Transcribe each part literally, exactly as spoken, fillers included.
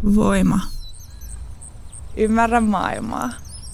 Voima. Ymmärrä maailmaa.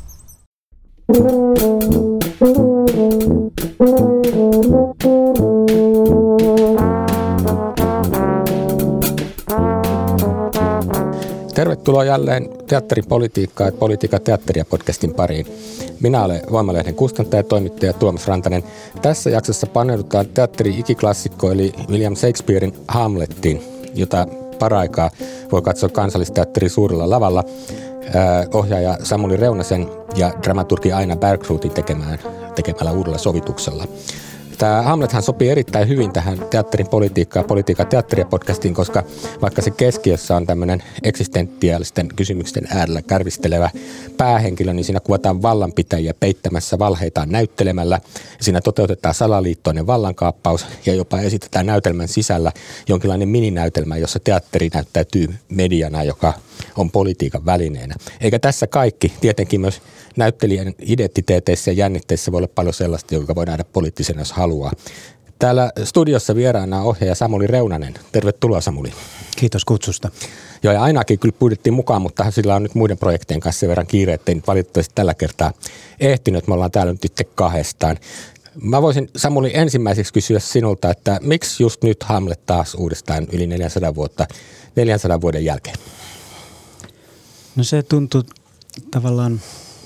Tervetuloa jälleen Teatteripolitiikkaa ja Politiikan teatteria podcastin pariin. Minä olen Voimalehden kustantaja ja toimittaja Tuomas Rantanen. Tässä jaksossa paneudutaan teatteri-ikiklassikko eli William Shakespearein Hamletiin, jota paraikaa voi katsoa Kansallisteatterin suurella lavalla ohjaaja Samuli Reunasen ja dramaturgi Aina Bergruutin tekemään, tekemällä uudella sovituksella. Tämä Hamlethan sopii erittäin hyvin tähän teatterin politiikkaa, politiikan teatteria podcastiin, koska vaikka se keskiössä on tämmöinen eksistentiaalisten kysymysten äärellä kärvistelevä päähenkilö, niin siinä kuvataan vallanpitäjiä peittämässä valheitaan näyttelemällä. Siinä toteutetaan salaliittoinen vallankaappaus ja jopa esitetään näytelmän sisällä jonkinlainen mininäytelmä, jossa teatteri näyttäytyy mediana, joka on politiikan välineenä. Eikä tässä kaikki. Tietenkin myös näyttelijän identiteeteissä ja jännitteissä voi olla paljon sellaista, joka voi nähdä poliittisena, jos haluaa. Täällä studiossa vieraana ohjaaja Samuli Reunanen. Tervetuloa, Samuli. Kiitos kutsusta. Joo, ja Ainakin kyllä pyydettiin mukaan, mutta sillä on nyt muiden projektien kanssa sen verran kiire, ettei nyt valitettavasti tällä kertaa ehtinyt. Me ollaan täällä nyt itse kahdestaan. Mä voisin, Samuli, ensimmäiseksi kysyä sinulta, että miksi just nyt Hamlet taas uudestaan yli neljäsataa vuotta, neljänsadan vuoden jälkeen? No se tuntui tavallaan,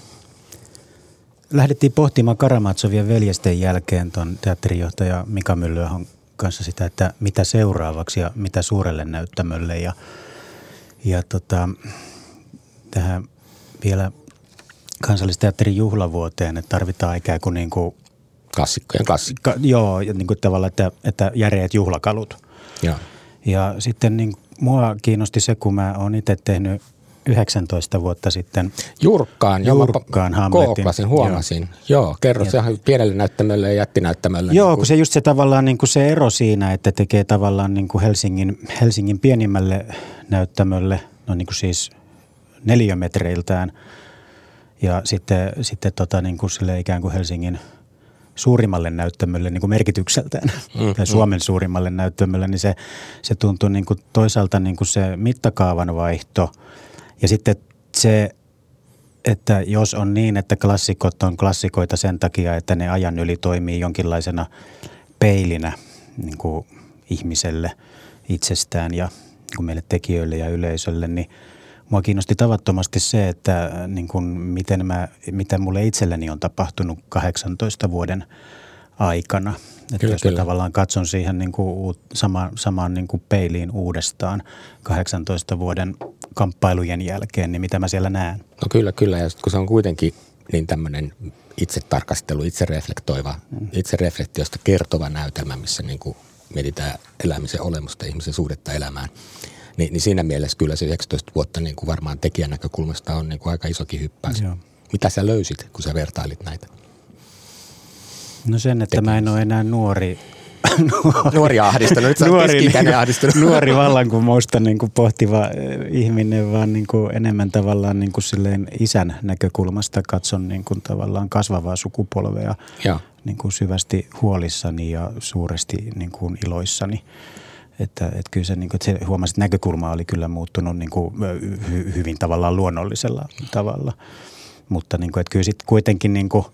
lähdettiin pohtimaan Karamatsovien veljesten jälkeen tuon teatterijohtaja Mika Myllyahon kanssa sitä, että mitä seuraavaksi ja mitä suurelle näyttämölle. Ja, ja tota, tähän vielä Kansallisteatterin juhlavuoteen, että tarvitaan ikään kuin niin kuin klassikkojen klassikko. Ka, joo, niin kuin tavallaan, että, että järeät juhlakalut. Joo. Ja sitten niin, mua kiinnosti se, kun mä oon itse tehnyt yhdeksäntoista vuotta sitten Jurkkaan, Jurkkaan Hamletin. Kooklasin, huomasin. Joo, Joo kerro, se on pienelle näyttämölle ja jättinäyttämölle. Joo, niin kun se just se tavallaan niin kuin se ero siinä, että tekee tavallaan niin kuin Helsingin, Helsingin pienimmälle näyttämölle, no niin kuin siis neliömetreiltään ja sitten, sitten tota niin kuin sille ikään kuin Helsingin suurimmalle näyttämölle niin kuin merkitykseltään mm, tai Suomen mm. suurimmalle näyttämölle, niin se, se tuntui niin kuin toisaalta niin kuin se mittakaavan vaihto. Ja sitten se, että jos on niin, että klassikot on klassikoita sen takia, että ne ajan yli toimii jonkinlaisena peilinä niin kuin ihmiselle itsestään ja niin kuin meille tekijöille ja yleisölle, niin mua kiinnosti tavattomasti se, että niin kuin miten, mä, miten mulle itselleni on tapahtunut kahdeksantoista vuoden aikana. Että kyllä, jos kyllä. mä tavallaan katson siihen niin kuin sama, samaan niin kuin peiliin uudestaan kahdeksantoista vuoden kamppailujen jälkeen, niin mitä mä siellä näen? No kyllä, kyllä. Ja kun se on kuitenkin niin tämmöinen itsetarkastelu, itsereflektoiva, mm. itsereflektiosta kertova näytelmä, missä niin kuin mietitään elämisen olemusta, ihmisen suhdetta elämään. Niin, niin siinä mielessä kyllä se yhdeksäntoista vuotta niin kuin varmaan tekijän näkökulmasta on niin kuin aika isokin hyppäys. Joo. Mitä sä löysit, kun sä vertailit näitä? No sen, että tekemistä. Mä en ole enää nuori. nuori ahdistunut, nyt sä oot keski-ikäinen ahdistunut. Nuori vallankumousta niin kuin pohtiva ihminen, vaan niin kuin enemmän tavallaan niin kuin silleen isän näkökulmasta katson niin kuin tavallaan kasvavaa sukupolvea niin kuin syvästi huolissani ja suuresti niin kuin iloissani. Että, että kyllä se, niin kuin, että se huomasi, että näkökulma oli kyllä muuttunut niin kuin hy, hyvin tavallaan luonnollisella tavalla. Mutta niin kuin, että kyllä sitten kuitenkin niin kuin,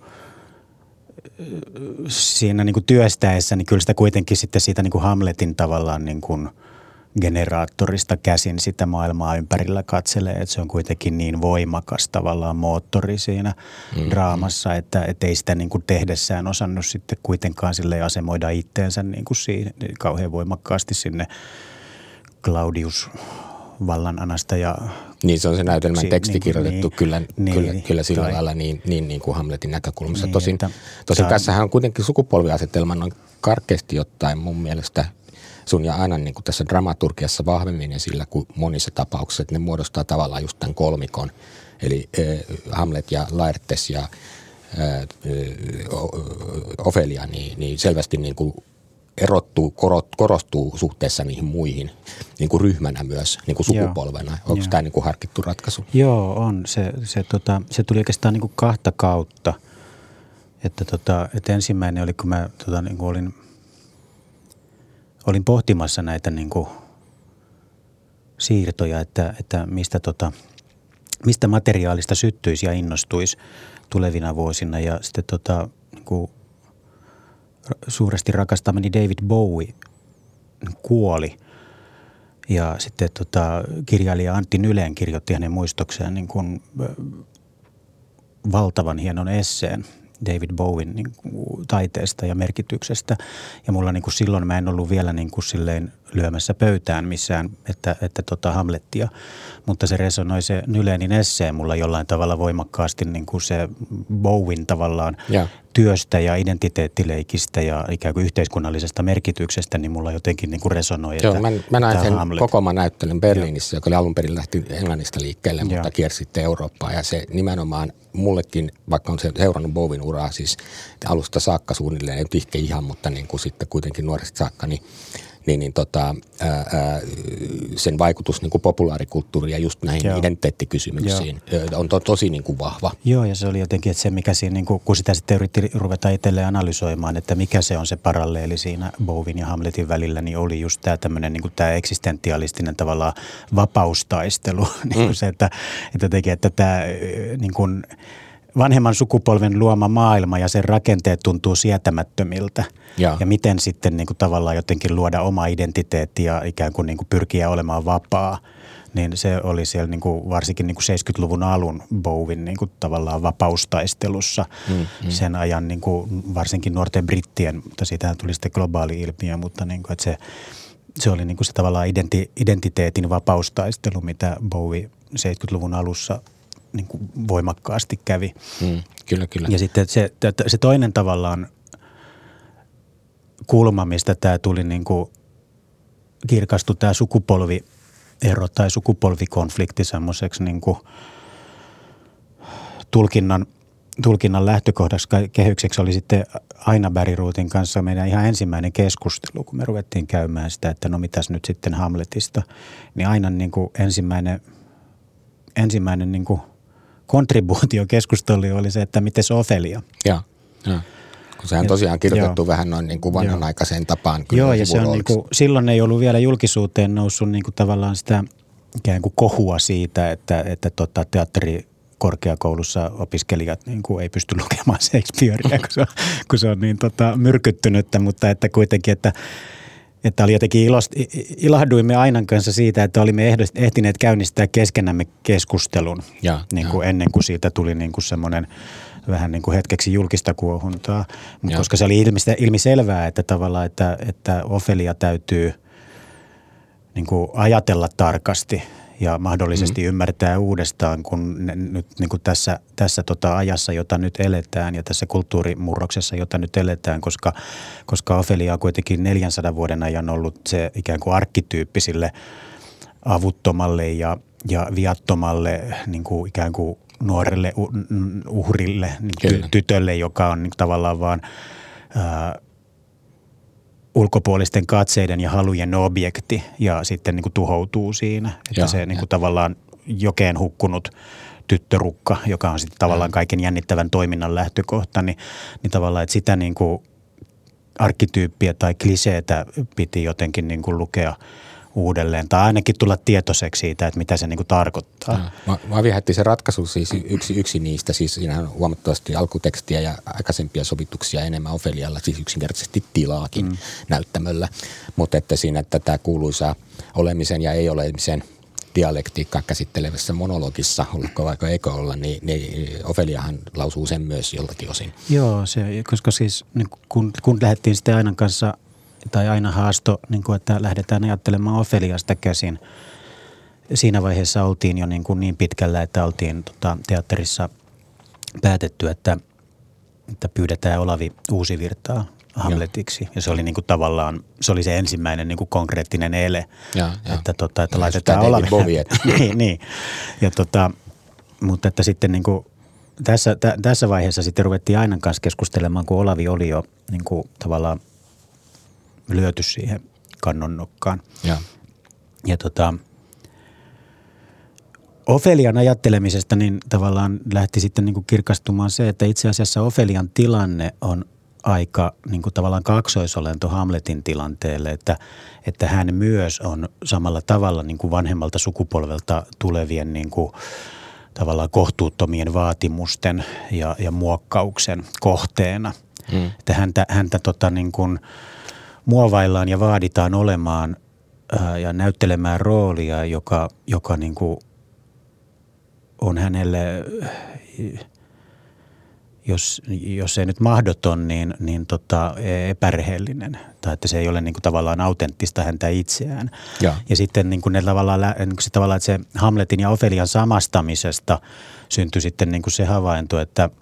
siinä niin kuin työstäessä, niin kyllä sitä kuitenkin sitten siitä niin kuin Hamletin tavallaan niin kuin generaattorista käsin sitä maailmaa ympärillä katselee. Että se on kuitenkin niin voimakas tavallaan moottori siinä mm-hmm. draamassa, että, että ei sitä niin kuin tehdessään osannut sitten kuitenkaan silleen asemoida itteensä niin kuin siihen, kauhean voimakkaasti sinne Claudius vallan anasta ja niin se on se näytelmän teksti niin, kirjoitettu niin, kyllä, niin, kyllä, kyllä sillä tai, lailla niin, niin, niin kuin Hamletin näkökulmassa. Niin, tosin tosin tässähän on kuitenkin sukupolviasetelma noin karkeasti ottaen mun mielestä sun ja Ainan niin kuin tässä dramaturgiassa vahvemmin esillä kuin monissa tapauksissa, että ne muodostaa tavallaan just tämän kolmikon. Eli äh, Hamlet ja Laertes ja äh, Ofelia niin, niin selvästi niin kuin erottuu, korostuu suhteessa niihin muihin niin kuin ryhmänä myös, niin kuin sukupolvena. Joo. Onko tämä niin kuin harkittu ratkaisu? Joo, on. Se, se, tota, se tuli oikeastaan niin kuin kahta kautta. Että, tota, että ensimmäinen oli, kun mä tota, niin kuin olin, olin pohtimassa näitä niin kuin siirtoja, että, että mistä, tota, mistä materiaalista syttyisi ja innostuisi tulevina vuosina. Ja sitten tota, niin kuin suuresti rakastamani David Bowie kuoli. Ja sitten tota, kirjailija Antti Nylén kirjoitti hänen muistokseen niin kuin valtavan hienon esseen David Bowen niin kuin taiteesta ja merkityksestä. Ja mulla niin kuin silloin mä en ollut vielä niin kuin silleen lyömässä pöytään missään, että, että tota Hamlettia. Mutta se resonoi se Nylénin esseen mulla jollain tavalla voimakkaasti niin kuin se Bowen tavallaan ja. työstä ja identiteettileikistä ja ikään kuin yhteiskunnallisesta merkityksestä, niin mulla jotenkin niin kuin resonoi. Joo, että, mä, mä näin sen Hamlet. koko mä näyttelyn Berliinissä, joka oli alun perin lähti Englannista liikkeelle, mutta ja. kiersi sitten Eurooppaa. Ja se nimenomaan mullekin, vaikka on seurannut Bowen uraa siis alusta saakka suunnilleen, ei ehkä ihan, mutta niin kuin sitten kuitenkin nuoresta saakka, niin niin, niin tota, ää, ää, sen vaikutus niin kuin populaarikulttuuriin ja just näihin Joo. identiteettikysymyksiin Joo. on to, tosi niin kuin vahva. Joo, ja se oli jotenkin, että se mikä siinä, niin kuin, kun sitä sitten yritti ruveta itselleen analysoimaan, että mikä se on se paralleeli siinä Bowen ja Hamletin välillä, niin oli just tämä tämmöinen niin kuin tämä eksistentialistinen tavallaan vapaustaistelu. niin kuin mm. se, että, että jotenkin, että tämä niin kuin vanhemman sukupolven luoma maailma ja sen rakenteet tuntuu sietämättömiltä. Ja, ja miten sitten niin kuin tavallaan jotenkin luoda oma identiteetti ja ikään kuin, niin kuin pyrkiä olemaan vapaa, niin se oli siellä niin kuin varsinkin niin kuin seitsemänkymmentäluvun alun Bowen niin kuin tavallaan vapaustaistelussa mm, mm. sen ajan niin kuin varsinkin nuorten brittien, mutta siitähän tuli sitten globaali ilmiö, mutta niin kuin, että se, se oli niin kuin se tavallaan identi, identiteetin vapaustaistelu, mitä Bowie seitsemänkymmentäluvun alussa niin kuin voimakkaasti kävi. Mm, kyllä, kyllä. Ja sitten se, se toinen tavallaan kulma, mistä tämä tuli niin kuin kirkastui tämä sukupolviero tai sukupolvikonflikti semmoiseksi niin kuin tulkinnan, tulkinnan lähtökohdaksi kehykseksi oli sitten Aina Bergruutin kanssa meidän ihan ensimmäinen keskustelu, kun me ruvettiin käymään sitä, että no mitäs nyt sitten Hamletista, niin aina niin kuin ensimmäinen, ensimmäinen niin kuin kontribuutio keskusteluun oli se, että miten Ofelia. Joo, joo. Kun sehän tosiaan kirjoitettu joo. vähän noin niin kuin vanhanaikaiseen tapaan. Joo, ja se on niin kuin, silloin ei ollut vielä julkisuuteen noussut niin kuin tavallaan sitä ikään kuin kohua siitä, että, että tota, teatterikorkeakoulussa opiskelijat niin kuin ei pysty lukemaan Shakespearea, kun se on, kun se on niin tota, myrkyttynyttä, mutta että kuitenkin, että Että oli jotenkin ilost, ilahduimme Ainan kanssa siitä, että olimme ehtineet käynnistää keskenämme keskustelun ja, niin kuin ja. ennen kuin siitä tuli niin kuin semmoinen vähän niin kuin hetkeksi julkista kuohuntaa. Ja. Koska se oli ilmiselvää, että tavallaan, että, että Ofelia täytyy niin kuin ajatella tarkasti ja mahdollisesti mm. ymmärtää uudestaan, kun ne, nyt niin kuin tässä, tässä tota ajassa, jota nyt eletään ja tässä kulttuurimurroksessa, jota nyt eletään, koska, koska Ofelia on kuitenkin neljänsadan vuoden ajan ollut se ikään kuin arkkityyppisille avuttomalle ja, ja viattomalle niin kuin ikään kuin nuorelle uhrille, niin ty, tytölle, joka on niin tavallaan vaan ää, ulkopuolisten katseiden ja halujen objekti ja sitten niin kuin tuhoutuu siinä. Että ja, se niin kuin tavallaan jokeen hukkunut tyttörukka, joka on sitten tavallaan kaiken jännittävän toiminnan lähtökohta, niin, niin tavallaan, että sitä niin kuin arkkityyppiä tai kliseetä piti jotenkin niin kuin lukea uudelleen tai ainakin tulla tietoiseksi siitä, että mitä se niin kuin tarkoittaa. Mä, mä viehättiin se ratkaisu siis yksi, yksi niistä, siis siinä on huomattavasti alkutekstiä ja aikaisempia sovituksia enemmän Ofelialla, siis yksinkertaisesti tilaakin mm. näyttämöllä, mutta että siinä tätä kuuluisaa olemisen ja ei-olemisen dialektiikkaa käsittelevässä monologissa, ollutko vaikka eikö olla, niin, niin Ofeliahan lausuu sen myös joltakin osin. Joo, se, koska siis kun, kun lähdettiin sitten Ainan kanssa tai aina haasto, niin kuin, että lähdetään ajattelemaan Ofeliasta käsin. Siinä vaiheessa oltiin jo niin, kuin niin pitkällä, että oltiin tota, teatterissa päätetty, että, että pyydetään Olavi Uusivirtaa Hamletiksi. Ja, ja se oli niin kuin tavallaan, se oli se ensimmäinen niin kuin konkreettinen ele, ja, ja. että, tota, että laitetaan Olavi. niin, niin. Ja tota, mutta että sitten niin kuin tässä, t- tässä vaiheessa sitten ruvettiin Ainan kanssa keskustelemaan, kun Olavi oli jo niin kuin tavallaan lyöty siihen kannonnokkaan. Ja, ja tota, Ofelian ajattelemisesta niin tavallaan lähti sitten niin kuin kirkastumaan se, että itse asiassa Ofelian tilanne on aika niin kuin tavallaan kaksoisolento Hamletin tilanteelle, että, että hän myös on samalla tavalla niin kuin vanhemmalta sukupolvelta tulevien niin kuin tavallaan kohtuuttomien vaatimusten ja, ja muokkauksen kohteena. Mm. Että häntä, häntä tota niin kuin muovaillaan ja vaaditaan olemaan ää, ja näyttelemään roolia, joka, joka niin kuin on hänelle, jos, jos ei nyt mahdoton, niin, niin tota, epärehellinen. Tai että se ei ole niin kuin tavallaan autenttista häntä itseään. Ja, ja sitten niin kuin ne tavallaan, niin kuin se tavallaan, että se Hamletin ja Ofelian samastamisesta syntyi sitten niin kuin se havainto, että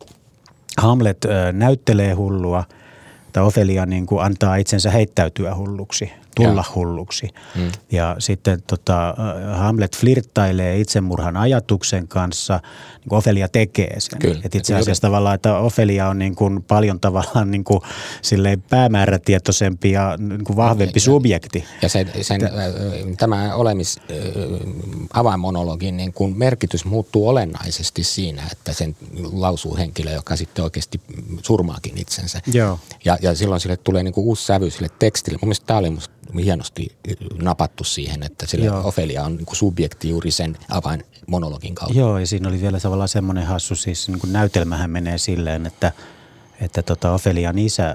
Hamlet ö, näyttelee hullua, tai Ofelia niin kuin antaa itsensä heittäytyä hulluksi, tulla ja. hulluksi. Mm. Ja sitten tota, Hamlet flirttailee itsemurhan ajatuksen kanssa, niin kuin Ofelia tekee sen. Kyllä. Et itse asiassa Kyllä. tavallaan, että Ofelia on niin kuin paljon tavallaan niin kuin silleen päämäärätietoisempi ja niin kuin vahvempi ja, subjekti. Ja se, sen, T- tämä olemis avainmonologin niin kuin merkitys muuttuu olennaisesti siinä, että sen lausuu henkilö, joka sitten oikeasti surmaakin itsensä. Joo. Ja, ja silloin sille tulee niin kuin uusi sävy sille tekstille. Mun mielestä tämä oli musta hienosti napattu siihen, että sille Joo. Ofelia on niin kuin subjekti juuri sen avainmonologin kautta. Joo, ja siinä oli vielä tavallaan semmoinen hassu, siis niin kuin näytelmähän menee silleen, että, että tota Ofelian isä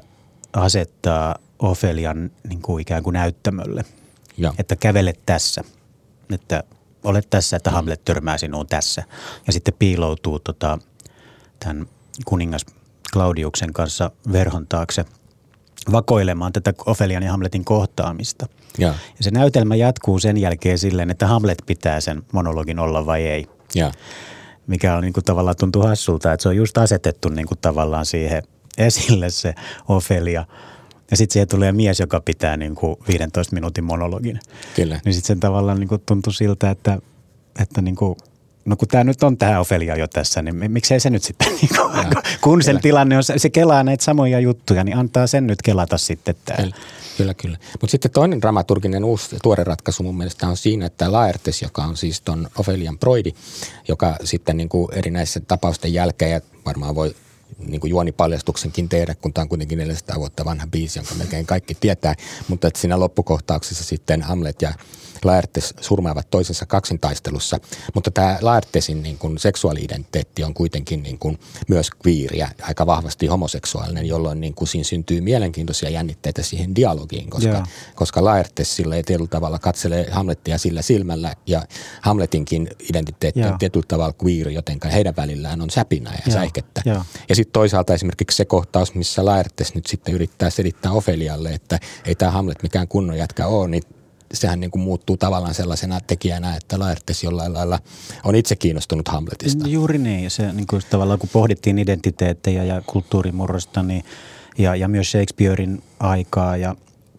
asettaa Ofelian niin kuin ikään kuin näyttämölle, Joo. että kävele tässä, että olet tässä, että Hamlet törmää sinuun tässä. Ja sitten piiloutuu tota, tämän kuningas Claudiuksen kanssa verhon taakse vakoilemaan tätä Ofelian ja Hamletin kohtaamista. Ja. ja se näytelmä jatkuu sen jälkeen silleen, että Hamlet pitää sen monologin olla vai ei. Ja. Mikä on niin kuin tavallaan tuntuu hassulta, että se on just asetettu niin kuin tavallaan siihen esille se Ofelia. Ja sitten siihen tulee mies, joka pitää niin kuin viidentoista minuutin monologin. Kyllä. Niin sitten sen tavallaan niin kuin tuntui siltä, että, että niin kuin no kun tämä nyt on tämä Ofelia jo tässä, niin miksei se nyt sitten, niin kun, ja, kun sen tilanne on, se kelaa näitä samoja juttuja, niin antaa sen nyt kelata sitten täällä. Kyllä, kyllä. Mutta sitten toinen dramaturginen uusi tuore ratkaisu mun mielestä on siinä, että Laertes, joka on siis ton Ofelian broidi, joka sitten niin kuin erinäisen tapausten jälkeen, ja varmaan voi niin kuin juonipaljastuksenkin tehdä, kun tämä on kuitenkin neljäsataa vuotta vanha biisi, jonka melkein kaikki tietää, mutta että siinä loppukohtauksessa sitten Hamlet ja Laertes surmaavat toisensa kaksintaistelussa, mutta tämä Laertesin niin kuin seksuaali-identiteetti on kuitenkin niin kuin myös queer ja aika vahvasti homoseksuaalinen, jolloin niin kuin siinä syntyy mielenkiintoisia jännitteitä siihen dialogiin, koska, yeah. koska Laertes sillä ei tietyllä tavalla katselee Hamlettia sillä silmällä ja Hamletinkin identiteetti yeah. on tietyllä tavalla queer, joten heidän välillään on säpinää ja yeah. säikettä. Yeah. Ja sitten toisaalta esimerkiksi se kohtaus, missä Laertes nyt sitten yrittää selittää Ofelialle, että ei tämä Hamlet mikään kunnon jätkä ole, niin sehän niin kuin muuttuu tavallaan sellaisena tekijänä, että Laertes jollain lailla on itse kiinnostunut Hamletista. Juuri niin. Ja se niin kuin tavallaan kun pohdittiin identiteettejä ja kulttuurimurrosta niin, ja, ja myös Shakespearein aikaa ja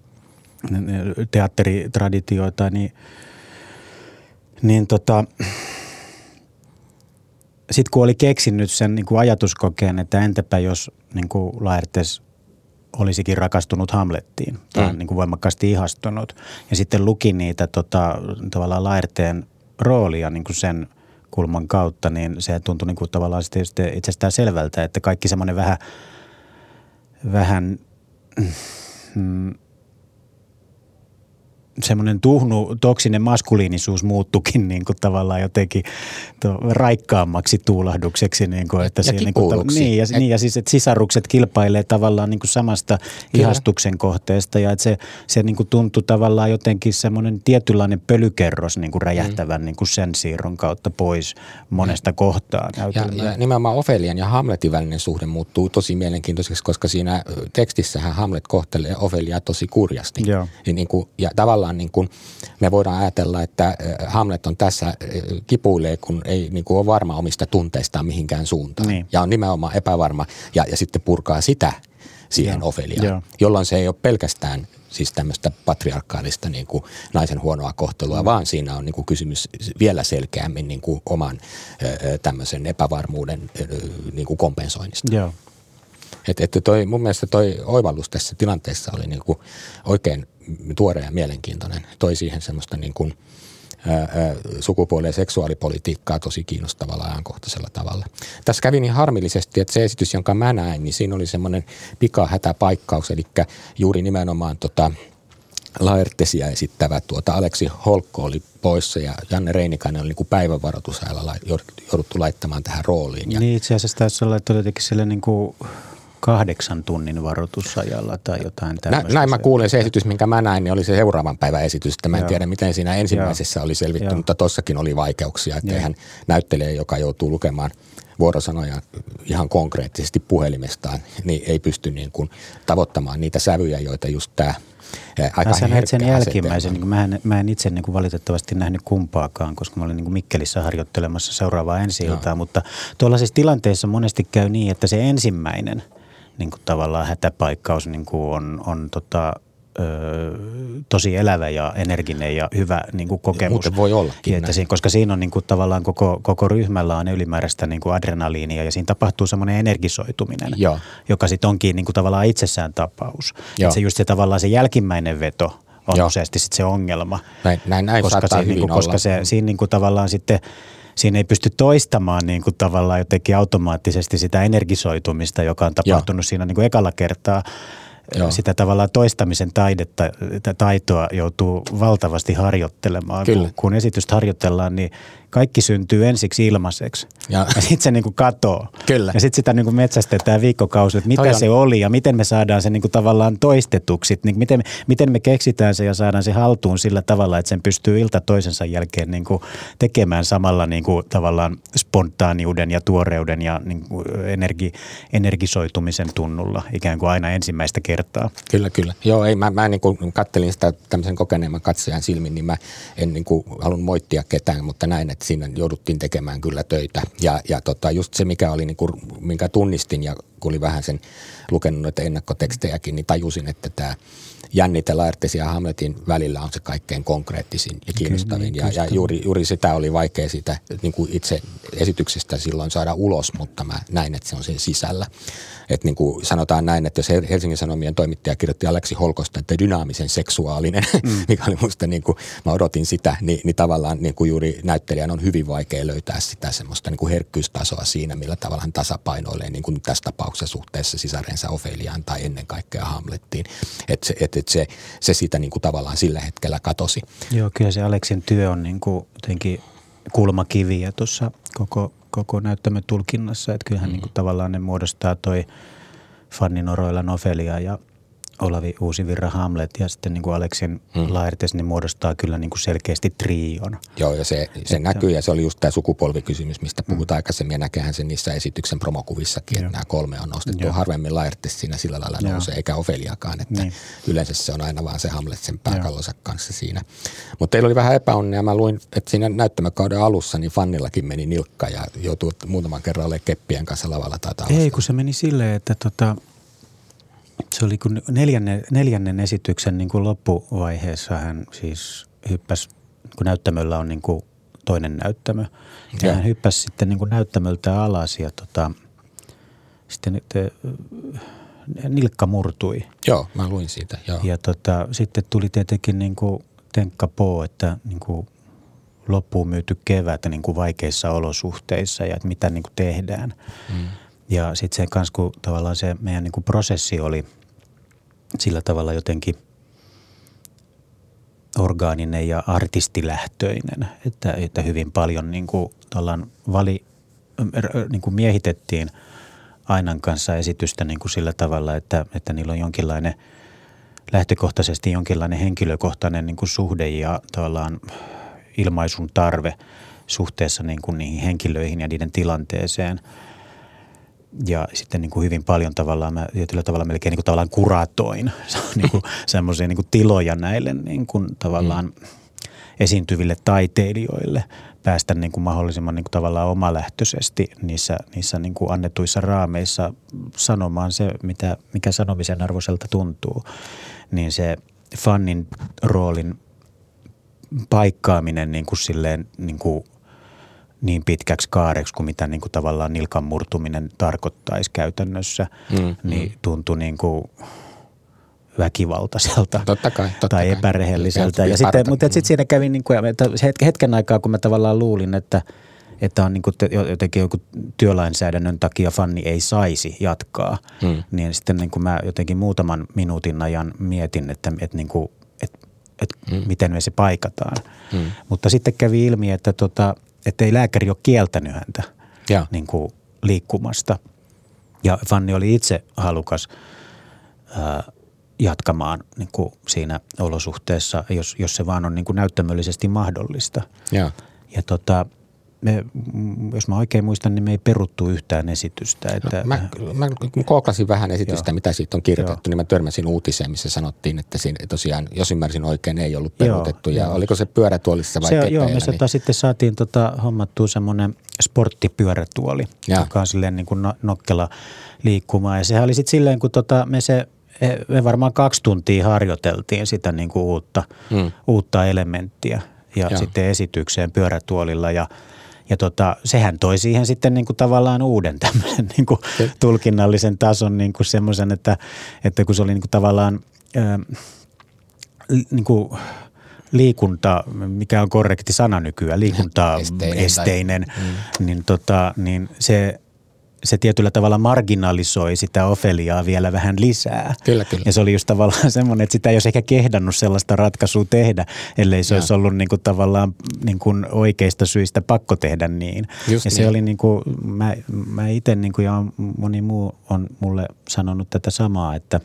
teatteritraditioita, niin, niin tota, sitten kun oli keksinyt sen niin kuin ajatuskokeen, että entäpä jos niin kuin Laertes olisikin rakastunut Hamlettiin tai mm. niin kuin voimakkaasti ihastunut. Ja sitten luki niitä tota, tavallaan Laerteen roolia niin kuin sen kulman kautta, niin se tuntui niin kuin tavallaan sitten itsestään selvältä, että kaikki semmoinen vähän, vähän mm, semmoinen tuhnu, toksinen maskuliinisuus muuttukin niin kuin tavallaan jotenkin to, raikkaammaksi tuulahdukseksi. Niin kuin, että ja siinä, niin, kuin, niin, ja, Et... niin ja siis, että sisarukset kilpailee tavallaan niin kuin samasta Kyllä. ihastuksen kohteesta ja että se, se niin kuin tuntui tavallaan jotenkin semmoinen tietynlainen pölykerros niin kuin räjähtävän mm. niin kuin sen siirron kautta pois monesta mm. kohtaa. Ja, ja nimenomaan Ofelian ja Hamletin välinen suhde muuttuu tosi mielenkiintoiseksi, koska siinä tekstissähän Hamlet kohtelee Ofeliaa tosi kurjasti. Joo. Ja, niin kuin, ja tavallaan niin kuin me voidaan ajatella, että Hamlet on tässä kipuilee, kun ei niin kuin ole varma omista tunteistaan mihinkään suuntaan. Niin. Ja on nimenomaan epävarma ja, ja sitten purkaa sitä siihen Joo. Ofeliaan, Joo. jolloin se ei ole pelkästään siis tämmöistä patriarkaalista niin kuin naisen huonoa kohtelua, mm. vaan siinä on niin kuin kysymys vielä selkeämmin niin kuin oman tämmöisen epävarmuuden niin kuin kompensoinnista. Joo. Että et toi, mun mielestä toi oivallus tässä tilanteessa oli niinku oikein tuore ja mielenkiintoinen. Toi siihen semmoista niinku, ää, sukupuoli- ja seksuaalipolitiikkaa tosi kiinnostavalla ajankohtaisella tavalla. Tässä kävi niin harmillisesti, että se esitys, jonka mä näin, niin siinä oli semmoinen pikahätäpaikkaus, eli juuri nimenomaan tota, Laertesia esittävä tuota Aleksi Holkko oli poissa ja Janne Reinikainen oli niin kuin päivänvaroitusajalla jouduttu laittamaan tähän rooliin. Ja niin itse asiassa taisi olla, että jotenkin sille niin kuin kahdeksan tunnin varoitusajalla tai jotain tämmöistä. Näin mä kuulin, se esitys, minkä mä näin, niin oli se seuraavan päivän esitys. Että mä en Joo. tiedä, miten siinä ensimmäisessä Joo. oli selvitty, Joo. mutta tossakin oli vaikeuksia. Että eihän näyttelijä, joka joutuu lukemaan vuorosanoja ihan konkreettisesti puhelimestaan, niin ei pysty niin kuin tavoittamaan niitä sävyjä, joita just tämä aika mä herkkä sen jälkimmäisen, niin mä, en, mä en itse niin kuin valitettavasti nähnyt kumpaakaan, koska mä olin niin kuin Mikkelissä harjoittelemassa seuraavaa ensi-iltaa, mutta tuollaisissa tilanteissa monesti käy niin, että se ensimmäinen niin kuin tavallaan hätäpaikkaus niin kuin on, on tota, ö, tosi elävä ja energinen ja hyvä niin kuin kokemus. Muuten voi ollakin. Että siinä, koska siinä on niin kuin, tavallaan koko, koko ryhmällä on ylimääräistä niin kuin adrenaliinia ja siinä tapahtuu semmoinen energisoituminen, Joo. joka sitten onkin niin kuin, tavallaan itsessään tapaus. Että se just se tavallaan se jälkimmäinen veto on Joo. useasti sitten se ongelma. Näin, näin, näin koska saattaa se, hyvin niin kuin, olla. Koska se, siinä niin kuin, tavallaan sitten siinä ei pysty toistamaan niin kuin tavallaan jotenkin automaattisesti sitä energisoitumista, joka on tapahtunut Joo. siinä niin kuin ekalla kertaa. Joo. Sitä tavallaan toistamisen taidetta, taitoa joutuu valtavasti harjoittelemaan. Kun, kun esitystä harjoitellaan, niin kaikki syntyy ensiksi ilmaiseksi. Ja, ja sitten se niin kuin katoo. Kyllä. Ja sitten sitä niin kuin metsästetään viikkokausi, että mitä se oli ja miten me saadaan se niin kuin tavallaan toistetuksi. Niin miten, me, miten me keksitään se ja saadaan se haltuun sillä tavalla, että sen pystyy ilta toisensa jälkeen niin kuin tekemään samalla niin kuin tavallaan spontaaniuden ja tuoreuden ja niin kuin energi, energisoitumisen tunnulla ikään kuin aina ensimmäistä kertaa. Kyllä, kyllä. Joo, ei, mä, mä niin kuin kattelin sitä tämmöisen kokeneemman katsojan silmin, niin mä en niin kuin halunnut moittia ketään, mutta näin, että siinä jouduttiin tekemään kyllä töitä. Ja, ja tota, just se, mikä oli, niin kuin, minkä tunnistin ja kun oli vähän sen lukenut noita ennakkotekstejäkin, niin tajusin, että tämä jännite Laertesin ja Hamletin välillä on se kaikkein konkreettisin ja kiinnostavin. Kyllä, ja ja juuri, juuri sitä oli vaikea siitä niin kuin itse esityksestä silloin saada ulos, mutta mä näin, että se on sen sisällä. Että niin kuin sanotaan näin, että jos Helsingin Sanomien toimittaja kirjoitti Aleksi Holkosta, että dynaamisen seksuaalinen, mm. mikä oli musta niin kuin, mä odotin sitä, niin, niin tavallaan niin kuin juuri näyttelijän on hyvin vaikea löytää sitä semmoista niin kuin herkkyystasoa siinä, millä tavalla hän tasapainoilee niin kuin tässä tapauksessa suhteessa sisarensa Ofeliaan tai ennen kaikkea Hamlettiin. Että se, et, et se, se siitä niin kuin tavallaan sillä hetkellä katosi. Joo, kyllä se Aleksin työ on niin kuin jotenkin kulmakiviä tuossa koko koko näyttämön tulkinnassa, että kyllähän mm. niin kuin tavallaan ne muodostaa toi Fanny Noroilan Ofelia ja Olavi Uusivirran Hamlet ja sitten niin kuin Aleksin mm. Laertes, niin muodostaa kyllä niin kuin selkeästi trion. Joo, ja se, se että näkyy ja se oli just tämä sukupolvikysymys, mistä puhut mm. aikaisemmin ja näkehän se niissä esityksen promokuvissakin, että Joo. nämä kolme on nostettu. Joo. Harvemmin Laertes siinä sillä lailla Joo. nousee, eikä Ofeliakaan, että niin. yleensä se on aina vaan se Hamlet sen pääkallonsa kanssa siinä. Mutta teillä oli vähän epäonnea. Mä luin, että siinä näyttämäkauden alussa niin Fannillakin meni nilkka ja joutui muutaman kerran olemaan keppien kanssa lavalla tai taas. Ei, kun se meni silleen, että tota se oli kun neljännen, neljännen esityksen niin kuin loppuvaiheessa hän siis hyppäsi, kun näyttämöllä on niin kuin toinen näyttämö. Ja, ja hän hyppäsi sitten niin kuin näyttämöltä alas ja tota, sitten te, nilkka murtui. Joo, mä luin siitä. Joo. Ja tota, sitten tuli tietenkin niin kuin tenkka poo, että niin kuin loppuun myyty kevät niin kuin vaikeissa olosuhteissa ja että mitä niin kuin tehdään. Mm. Ja sitten se kanssa, kun tavallaan se meidän niin kuin prosessi oli sillä tavalla jotenkin orgaaninen ja artistilähtöinen, että, että hyvin paljon niin kuin vali, niin kuin miehitettiin Ainan kanssa esitystä niin kuin sillä tavalla, että, että niillä on jonkinlainen, lähtökohtaisesti jonkinlainen henkilökohtainen niin kuin suhde ja tavallaan ilmaisun tarve suhteessa niin kuin niihin henkilöihin ja niiden tilanteeseen. Ja sitten niin kuin hyvin paljon tavallaan, mä tietyllä tavalla melkein niin kuin tavallaan kuratoin niin kuin semmoisia niin kuin tiloja näille niin kuin tavallaan mm. esiintyville taiteilijoille päästä niin kuin mahdollisimman niin kuin tavallaan omalähtöisesti niissä, niissä niin kuin annetuissa raameissa sanomaan se, mitä, mikä sanomisen arvoiselta tuntuu. Niin se Fannin roolin paikkaaminen niin kuin silleen niin kuin niin pitkäksi kaareksi kuin mitä niin kuin tavallaan nilkan murtuminen tarkoittaisi käytännössä, mm, niin mm. tuntui niin kuin väkivaltaiselta totta kai, totta tai kai. epärehelliseltä. Ja, ja sitten, mutta sitten siinä kävi niin kuin, että hetken aikaa, kun mä tavallaan luulin, että, että on niin kuin jotenkin joku työlainsäädännön takia Fanni ei saisi jatkaa, hmm. niin sitten niin kuin mä jotenkin muutaman minuutin ajan mietin, että, että, niin kuin, että, että hmm. miten me se paikataan. Hmm. Mutta sitten kävi ilmi, että, tota, että ei lääkäri ole kieltänyt häntä niin kuin liikkumasta. Ja Fanni oli itse halukas ää, jatkamaan niin kuin siinä olosuhteessa, jos, jos se vaan on niin kuin näyttämöllisesti mahdollista. Ja, ja tota, me, jos mä oikein muistan, niin me ei peruttu yhtään esitystä. Että, no, mä, mä kooklasin vähän esitystä, joo. mitä siitä on kirjoitettu, joo. niin mä törmäsin uutiseen, missä sanottiin, että siinä tosiaan, jos ymmärsin oikein, ei ollut peruutettu. Joo, ja joo. oliko se pyörätuolissa vai kepeillä? Joo, me niin... tota, sitten saatiin tota, hommattua semmoinen sporttipyörätuoli, ja. joka on silleen niin kuin no, nokkela liikkumaan. Ja sehän oli sitten silleen, kun tota, me se me varmaan kaksi tuntia harjoiteltiin sitä niin kuin uutta, hmm. uutta elementtiä ja Joo. sitten esitykseen pyörätuolilla ja, ja tota, sehän toi siihen sitten niin kuin tavallaan uuden tämmöisen niin kuin tulkinnallisen tason niin kuin semmoisen, että, että kun se oli niin kuin tavallaan ää, niin kuin liikunta, mikä on korrekti sana nykyään, liikuntaesteinen, hmm. niin, tota, niin se se tietyllä tavalla marginalisoi sitä Ofeliaa vielä vähän lisää. Kyllä, kyllä. Ja se oli just tavallaan semmoinen, että sitä ei olisi ehkä kehdannut sellaista ratkaisua tehdä, ellei se ja. olisi ollut niin kuin tavallaan niin kuin oikeista syistä pakko tehdä niin. Just ja niin. se oli niin kuin, mä, mä itse niin kuin ja moni muu on mulle sanonut tätä samaa, että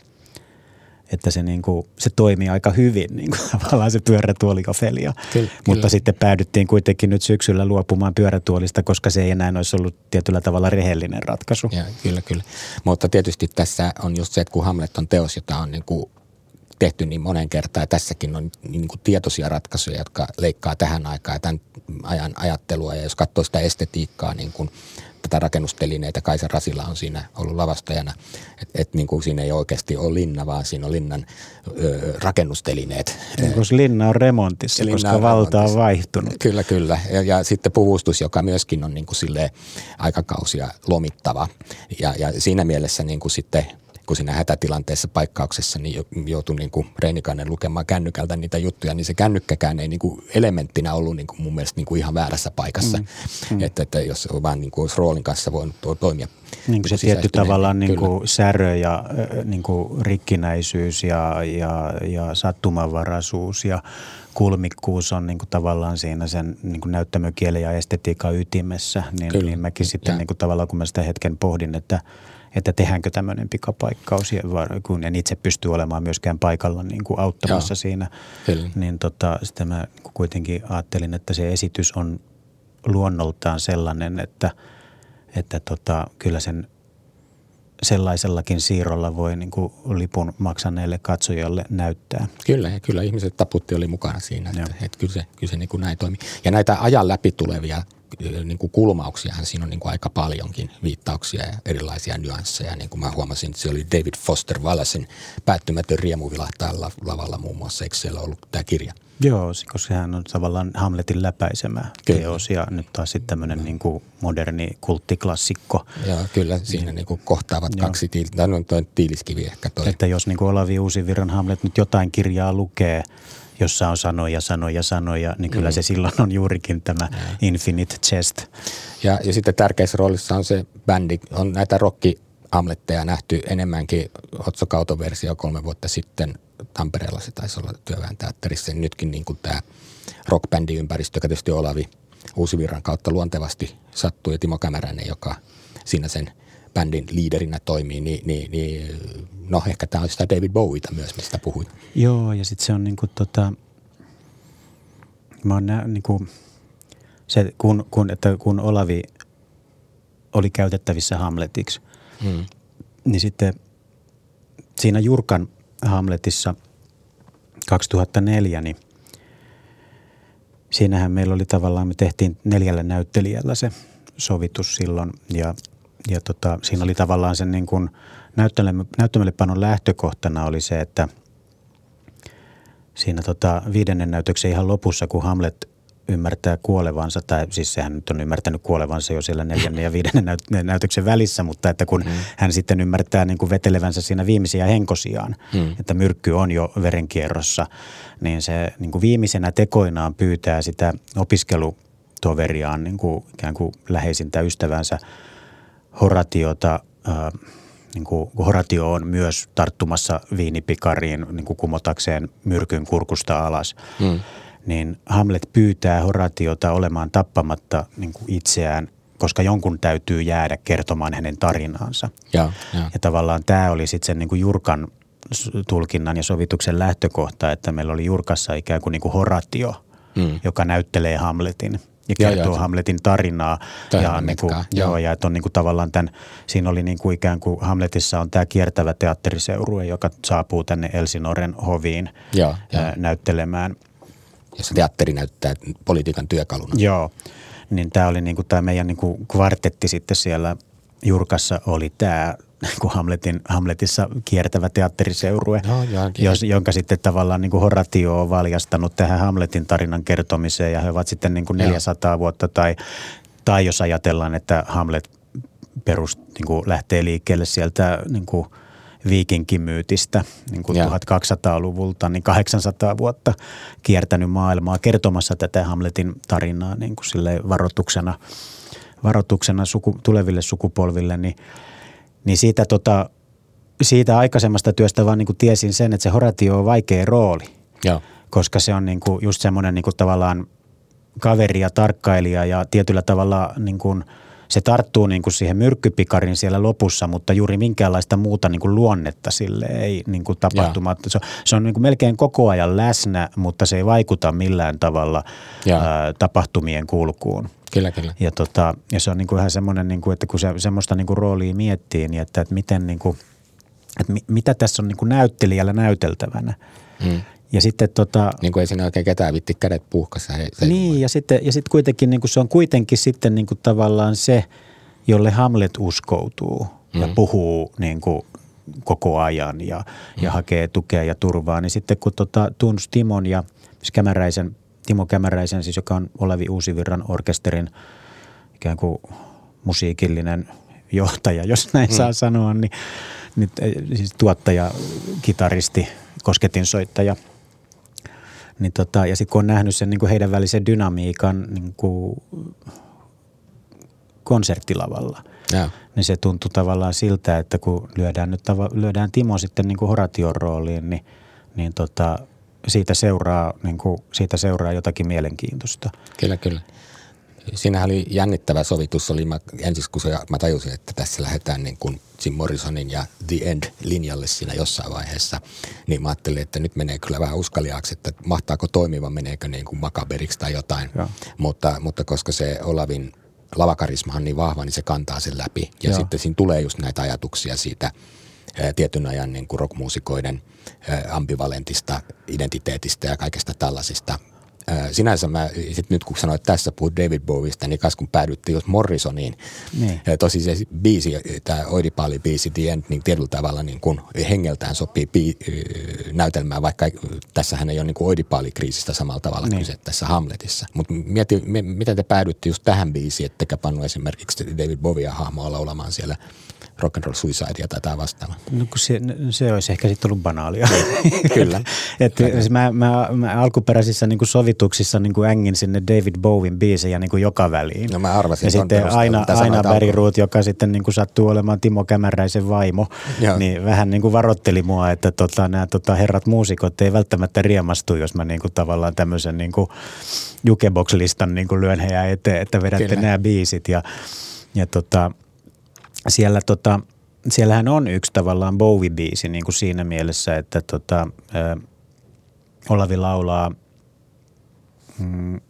että se, niin kuin, se toimii aika hyvin, niin kuin tavallaan se pyörätuoli Ofelia. Kyllä, Mutta kyllä. sitten päädyttiin kuitenkin nyt syksyllä luopumaan pyörätuolista, koska se ei enää olisi ollut tietyllä tavalla rehellinen ratkaisu. Ja, kyllä, kyllä. Mutta tietysti tässä on just se, että kun Hamlet on teos, jota on niin kuin tehty niin monen kertaan, ja tässäkin on niin kuin tietoisia ratkaisuja, jotka leikkaa tähän aikaan ja tämän ajan ajattelua. Ja jos katsoo sitä estetiikkaa, niin kuin tätä rakennustelineitä, Kaisa Rasila on siinä ollut lavastajana, että et niin kuin siinä ei oikeasti ole linna, vaan siinä on linnan ö, rakennustelineet. Niin, koska linna on remontissa, linna koska on valta remontissa. On vaihtunut. Kyllä, kyllä. Ja, ja sitten puvustus, joka myöskin on niin kuin silleen aikakausia lomittava. Ja, ja siinä mielessä niin kuin sitten kun siinä hätätilanteessa paikkauksessa niin joutui niin kuin Reinikainen lukemaan kännykältä niitä juttuja, niin se kännykkäkään ei niin kuin elementtinä ollut niin kuin mun mielestä niin kuin ihan väärässä paikassa. Mm, mm. Että, että jos vaan niin kuin roolin kanssa voinut toimia. Niin kuin se tietty tavallaan niin kuin särö ja niin kuin rikkinäisyys ja, ja, ja sattumanvaraisuus ja kulmikkuus on niin kuin tavallaan siinä sen niin kuin näyttämökielen ja estetiikan ytimessä. Niin, niin mäkin sitten niin kuin tavallaan, kun mä sitä hetken pohdin, että että tehdäänkö tämmöinen pikapaikkaus, kun en itse pysty olemaan myöskään paikalla niin kuin auttamassa Joo, siinä. Kyllä. Niin tota, sitten mä kuitenkin ajattelin, että se esitys on luonnoltaan sellainen, että, että tota, kyllä sen sellaisellakin siirrolla voi niin kuin lipun maksaneelle katsojalle näyttää. Kyllä, ja kyllä ihmiset Taputti oli mukana siinä, että, että kyllä se, kyllä se niin kuin näin toimii. Ja näitä ajan läpi tulevia niin kuin kulmauksiahan siinä on niin kuin aika paljonkin viittauksia ja erilaisia nyansseja. Niin kuin mä huomasin, että se oli David Foster Wallacein Päättymätön riemu vilahtaa lavalla muun muassa. Eikö siellä ollut tämä kirja? Joo, koska sehän on tavallaan Hamletin läpäisemä kyllä. teos ja nyt taas sitten tämmöinen niin kuin moderni kulttiklassikko. Joo, kyllä siinä niin kuin kohtaavat Joo. kaksi tiil- tai no, toi Tiiliskivi ehkä toi. Että jos niin kuin Olavi Uusivirran Hamlet nyt jotain kirjaa lukee, jossa on sanoja, sanoja, sanoja, niin kyllä mm. se silloin on juurikin tämä ja. Infinite Jest. Ja, ja sitten tärkeässä roolissa on se bändi, on näitä rocki-Hamletteja nähty enemmänkin. Otso Kauton versio kolme vuotta sitten Tampereella, se taisi olla Työväen teatterissa. Nytkin niin kuin tämä rockbändin ympäristö, joka tietysti Olavi Uusivirran kautta luontevasti sattuu, ja Timo Kämäräinen, joka siinä sen bändin liiderinä toimii, niin, niin, niin no ehkä tämä on sitä David Bowieta myös, mistä puhuit. Joo, ja sitten se on niinku tota, mä oon nä, niinku, se, kun, kun, että kun Olavi oli käytettävissä Hamletiksi, hmm. niin sitten siinä Jurkan Hamletissa kaksituhattaneljä, niin siinähän meillä oli tavallaan, me tehtiin neljällä näyttelijällä se sovitus silloin, ja Ja tota, siinä oli tavallaan sen niin kuin näyttämöllepanon lähtökohtana oli se, että siinä tota viidennen näytöksen ihan lopussa, kun Hamlet ymmärtää kuolevansa, tai siis sehän nyt on ymmärtänyt kuolevansa jo siellä neljännen ja viidennen näyt- näytöksen välissä, mutta että kun mm. hän sitten ymmärtää niin kuin vetelevänsä siinä viimeisiä henkosiaan, mm. että myrkky on jo verenkierrossa, niin se niin kuin viimeisenä tekoinaan pyytää sitä opiskelutoveriaan, niin kuin ikään kuin läheisintä ystävänsä Horatiota, äh, niin kuin Horatio on myös tarttumassa viinipikariin niin kuin kumotakseen myrkyn kurkusta alas. Mm. Niin Hamlet pyytää Horatiota olemaan tappamatta niin kuin itseään, koska jonkun täytyy jäädä kertomaan hänen tarinaansa. Ja, ja. ja tavallaan tämä oli sitten sen niin kuin Jurkan tulkinnan ja sovituksen lähtökohta, että meillä oli Jurkassa ikään kuin, niin kuin Horatio, mm. joka näyttelee Hamletin ja kertoo ja, Hamletin tarinaa. Ja, niin kuin, joo, ja että on niin kuin tavallaan tämän, siinä oli niin kuin ikään kuin Hamletissa on tämä kiertävä teatteriseurue, joka saapuu tänne Elsinoren hoviin ja, ja. näyttelemään. Jossa teatteri näyttää politiikan työkaluna. Joo, niin tämä oli niinku tämä meidän niinku kvartetti sitten siellä Jurkassa oli tämä niinku Hamletin, Hamletissa kiertävä teatteriseurue, no, joo, jos, jonka sitten tavallaan niinku Horatio on valjastanut tähän Hamletin tarinan kertomiseen ja he ovat sitten niinku neljäsataa joo. vuotta tai, tai jos ajatellaan, että Hamlet perus, niinku lähtee liikkeelle sieltä niinku viikinkimyytistä niin kuin tuhatkaksisataaluvulta, niin kahdeksansataa vuotta kiertänyt maailmaa kertomassa tätä Hamletin tarinaa niin kuin silleen varoituksena, varoituksena suku, tuleville sukupolville, niin, niin siitä, tota, siitä aikaisemmasta työstä vaan niin kuin tiesin sen, että se Horatio on vaikea rooli, ja. koska se on niin kuin just semmoinen niin kuin tavallaan kaveri ja tarkkailija ja tietyllä tavalla niin kuin se tarttuu niin kuin siihen myrkkypikarin siellä lopussa, mutta juuri minkäänlaista muuta niin kuin luonnetta sille ei niin kuin tapahtumatta. Se, se on niin kuin melkein koko ajan läsnä, mutta se ei vaikuta millään tavalla ää, tapahtumien kulkuun. Kyllä, kyllä. Ja, tota, ja se on niin kuin vähän semmoinen, niin kuin, että kun se semmoista niin kuin roolia miettii, niin että, että, miten, niin kuin, että mitä tässä on niin kuin näyttelijällä näyteltävänä. Hmm. Ja sitten tota... Niin kuin ei siinä oikein ketään vitti kädet puhkassa. Niin, ja sitten, ja sitten kuitenkin niin kuin se on kuitenkin sitten niin kuin tavallaan se, jolle Hamlet uskoutuu mm. ja puhuu niin kuin koko ajan ja, mm. ja hakee tukea ja turvaa. Niin sitten kun tota, tunsi Timon ja Kämäräisen, Timo Kämäräisen, siis joka on Olavi Uusivirran orkesterin ikään kuin musiikillinen johtaja, jos näin mm. saa sanoa, niin, niin siis tuottaja, kitaristi, kosketinsoittaja. Niin tota, ja sitten kun on nähnyt sen niin kuin heidän välisen dynamiikan niin kuin konserttilavalla, ja. niin se tuntui tavallaan siltä, että kun lyödään, nyt tava, lyödään Timo sitten niin kuin Horation rooliin, niin, niin tota, siitä, seuraa, niin kuin, siitä seuraa jotakin mielenkiintoista. Kyllä, kyllä. Siinähän oli jännittävä sovitus. Oli mä, ensin kun se, mä tajusin, että tässä lähdetään niin kuin Jim Morrisonin ja The End-linjalle siinä jossain vaiheessa, niin mä ajattelin, että nyt menee kyllä vähän uskaliaaksi, että mahtaako toimiva, meneekö niin kuin makaberiksi tai jotain. Mutta, mutta koska se Olavin lavakarisma on niin vahva, niin se kantaa sen läpi. Ja Joo. sitten siinä tulee just näitä ajatuksia siitä ää, tietyn ajan niin kuin rockmuusikoiden ää, ambivalentista identiteetistä ja kaikesta tällaisista. Sinänsä mä sit nyt kun sanoit tässä puhut David Bowiesta, niin kas kun päädyttiin just Morrisoniin. Niin. Tosi se biisi, tämä Oidipali-biisi The End, niin tietyllä tavalla niin kun hengeltään sopii bii- näytelmään, vaikka tässähän ei ole niin kuin Oidipali-kriisistä samalla tavalla niin. kyse tässä Hamletissa. Mutta mieti, miten te päädytte just tähän biisiin, ettekä pannu esimerkiksi David Bowiea hahmoa laulamaan siellä Rock and Roll Suicidea tai tämä vastaava. No kun se, se olisi ehkä sitten ollut banaalia. Kyllä. Että mä, mä, mä alkuperäisissä niin kuin sovituksissa niin kuin ängin sinne David Bowen biisejä niin kuin joka väliin. No mä arvasin. Ja sitten aina, aina Bergruut, joka sitten niin kuin sattuu olemaan Timo Kämäräisen vaimo, Joo. niin vähän niin kuin varoitteli mua, että tota, nämä tota, herrat muusikot ei välttämättä riemastu, jos mä niin kuin tavallaan tämmöisen niin kuin jukebox-listan niin kuin lyön heidän eteen, että vedätte Kyllä. nämä biisit ja, ja tota... Siellä tota, siellähän on yksi tavallaan Bowie-biisi niin kuin siinä mielessä, että tota, ä, Olavi laulaa mm,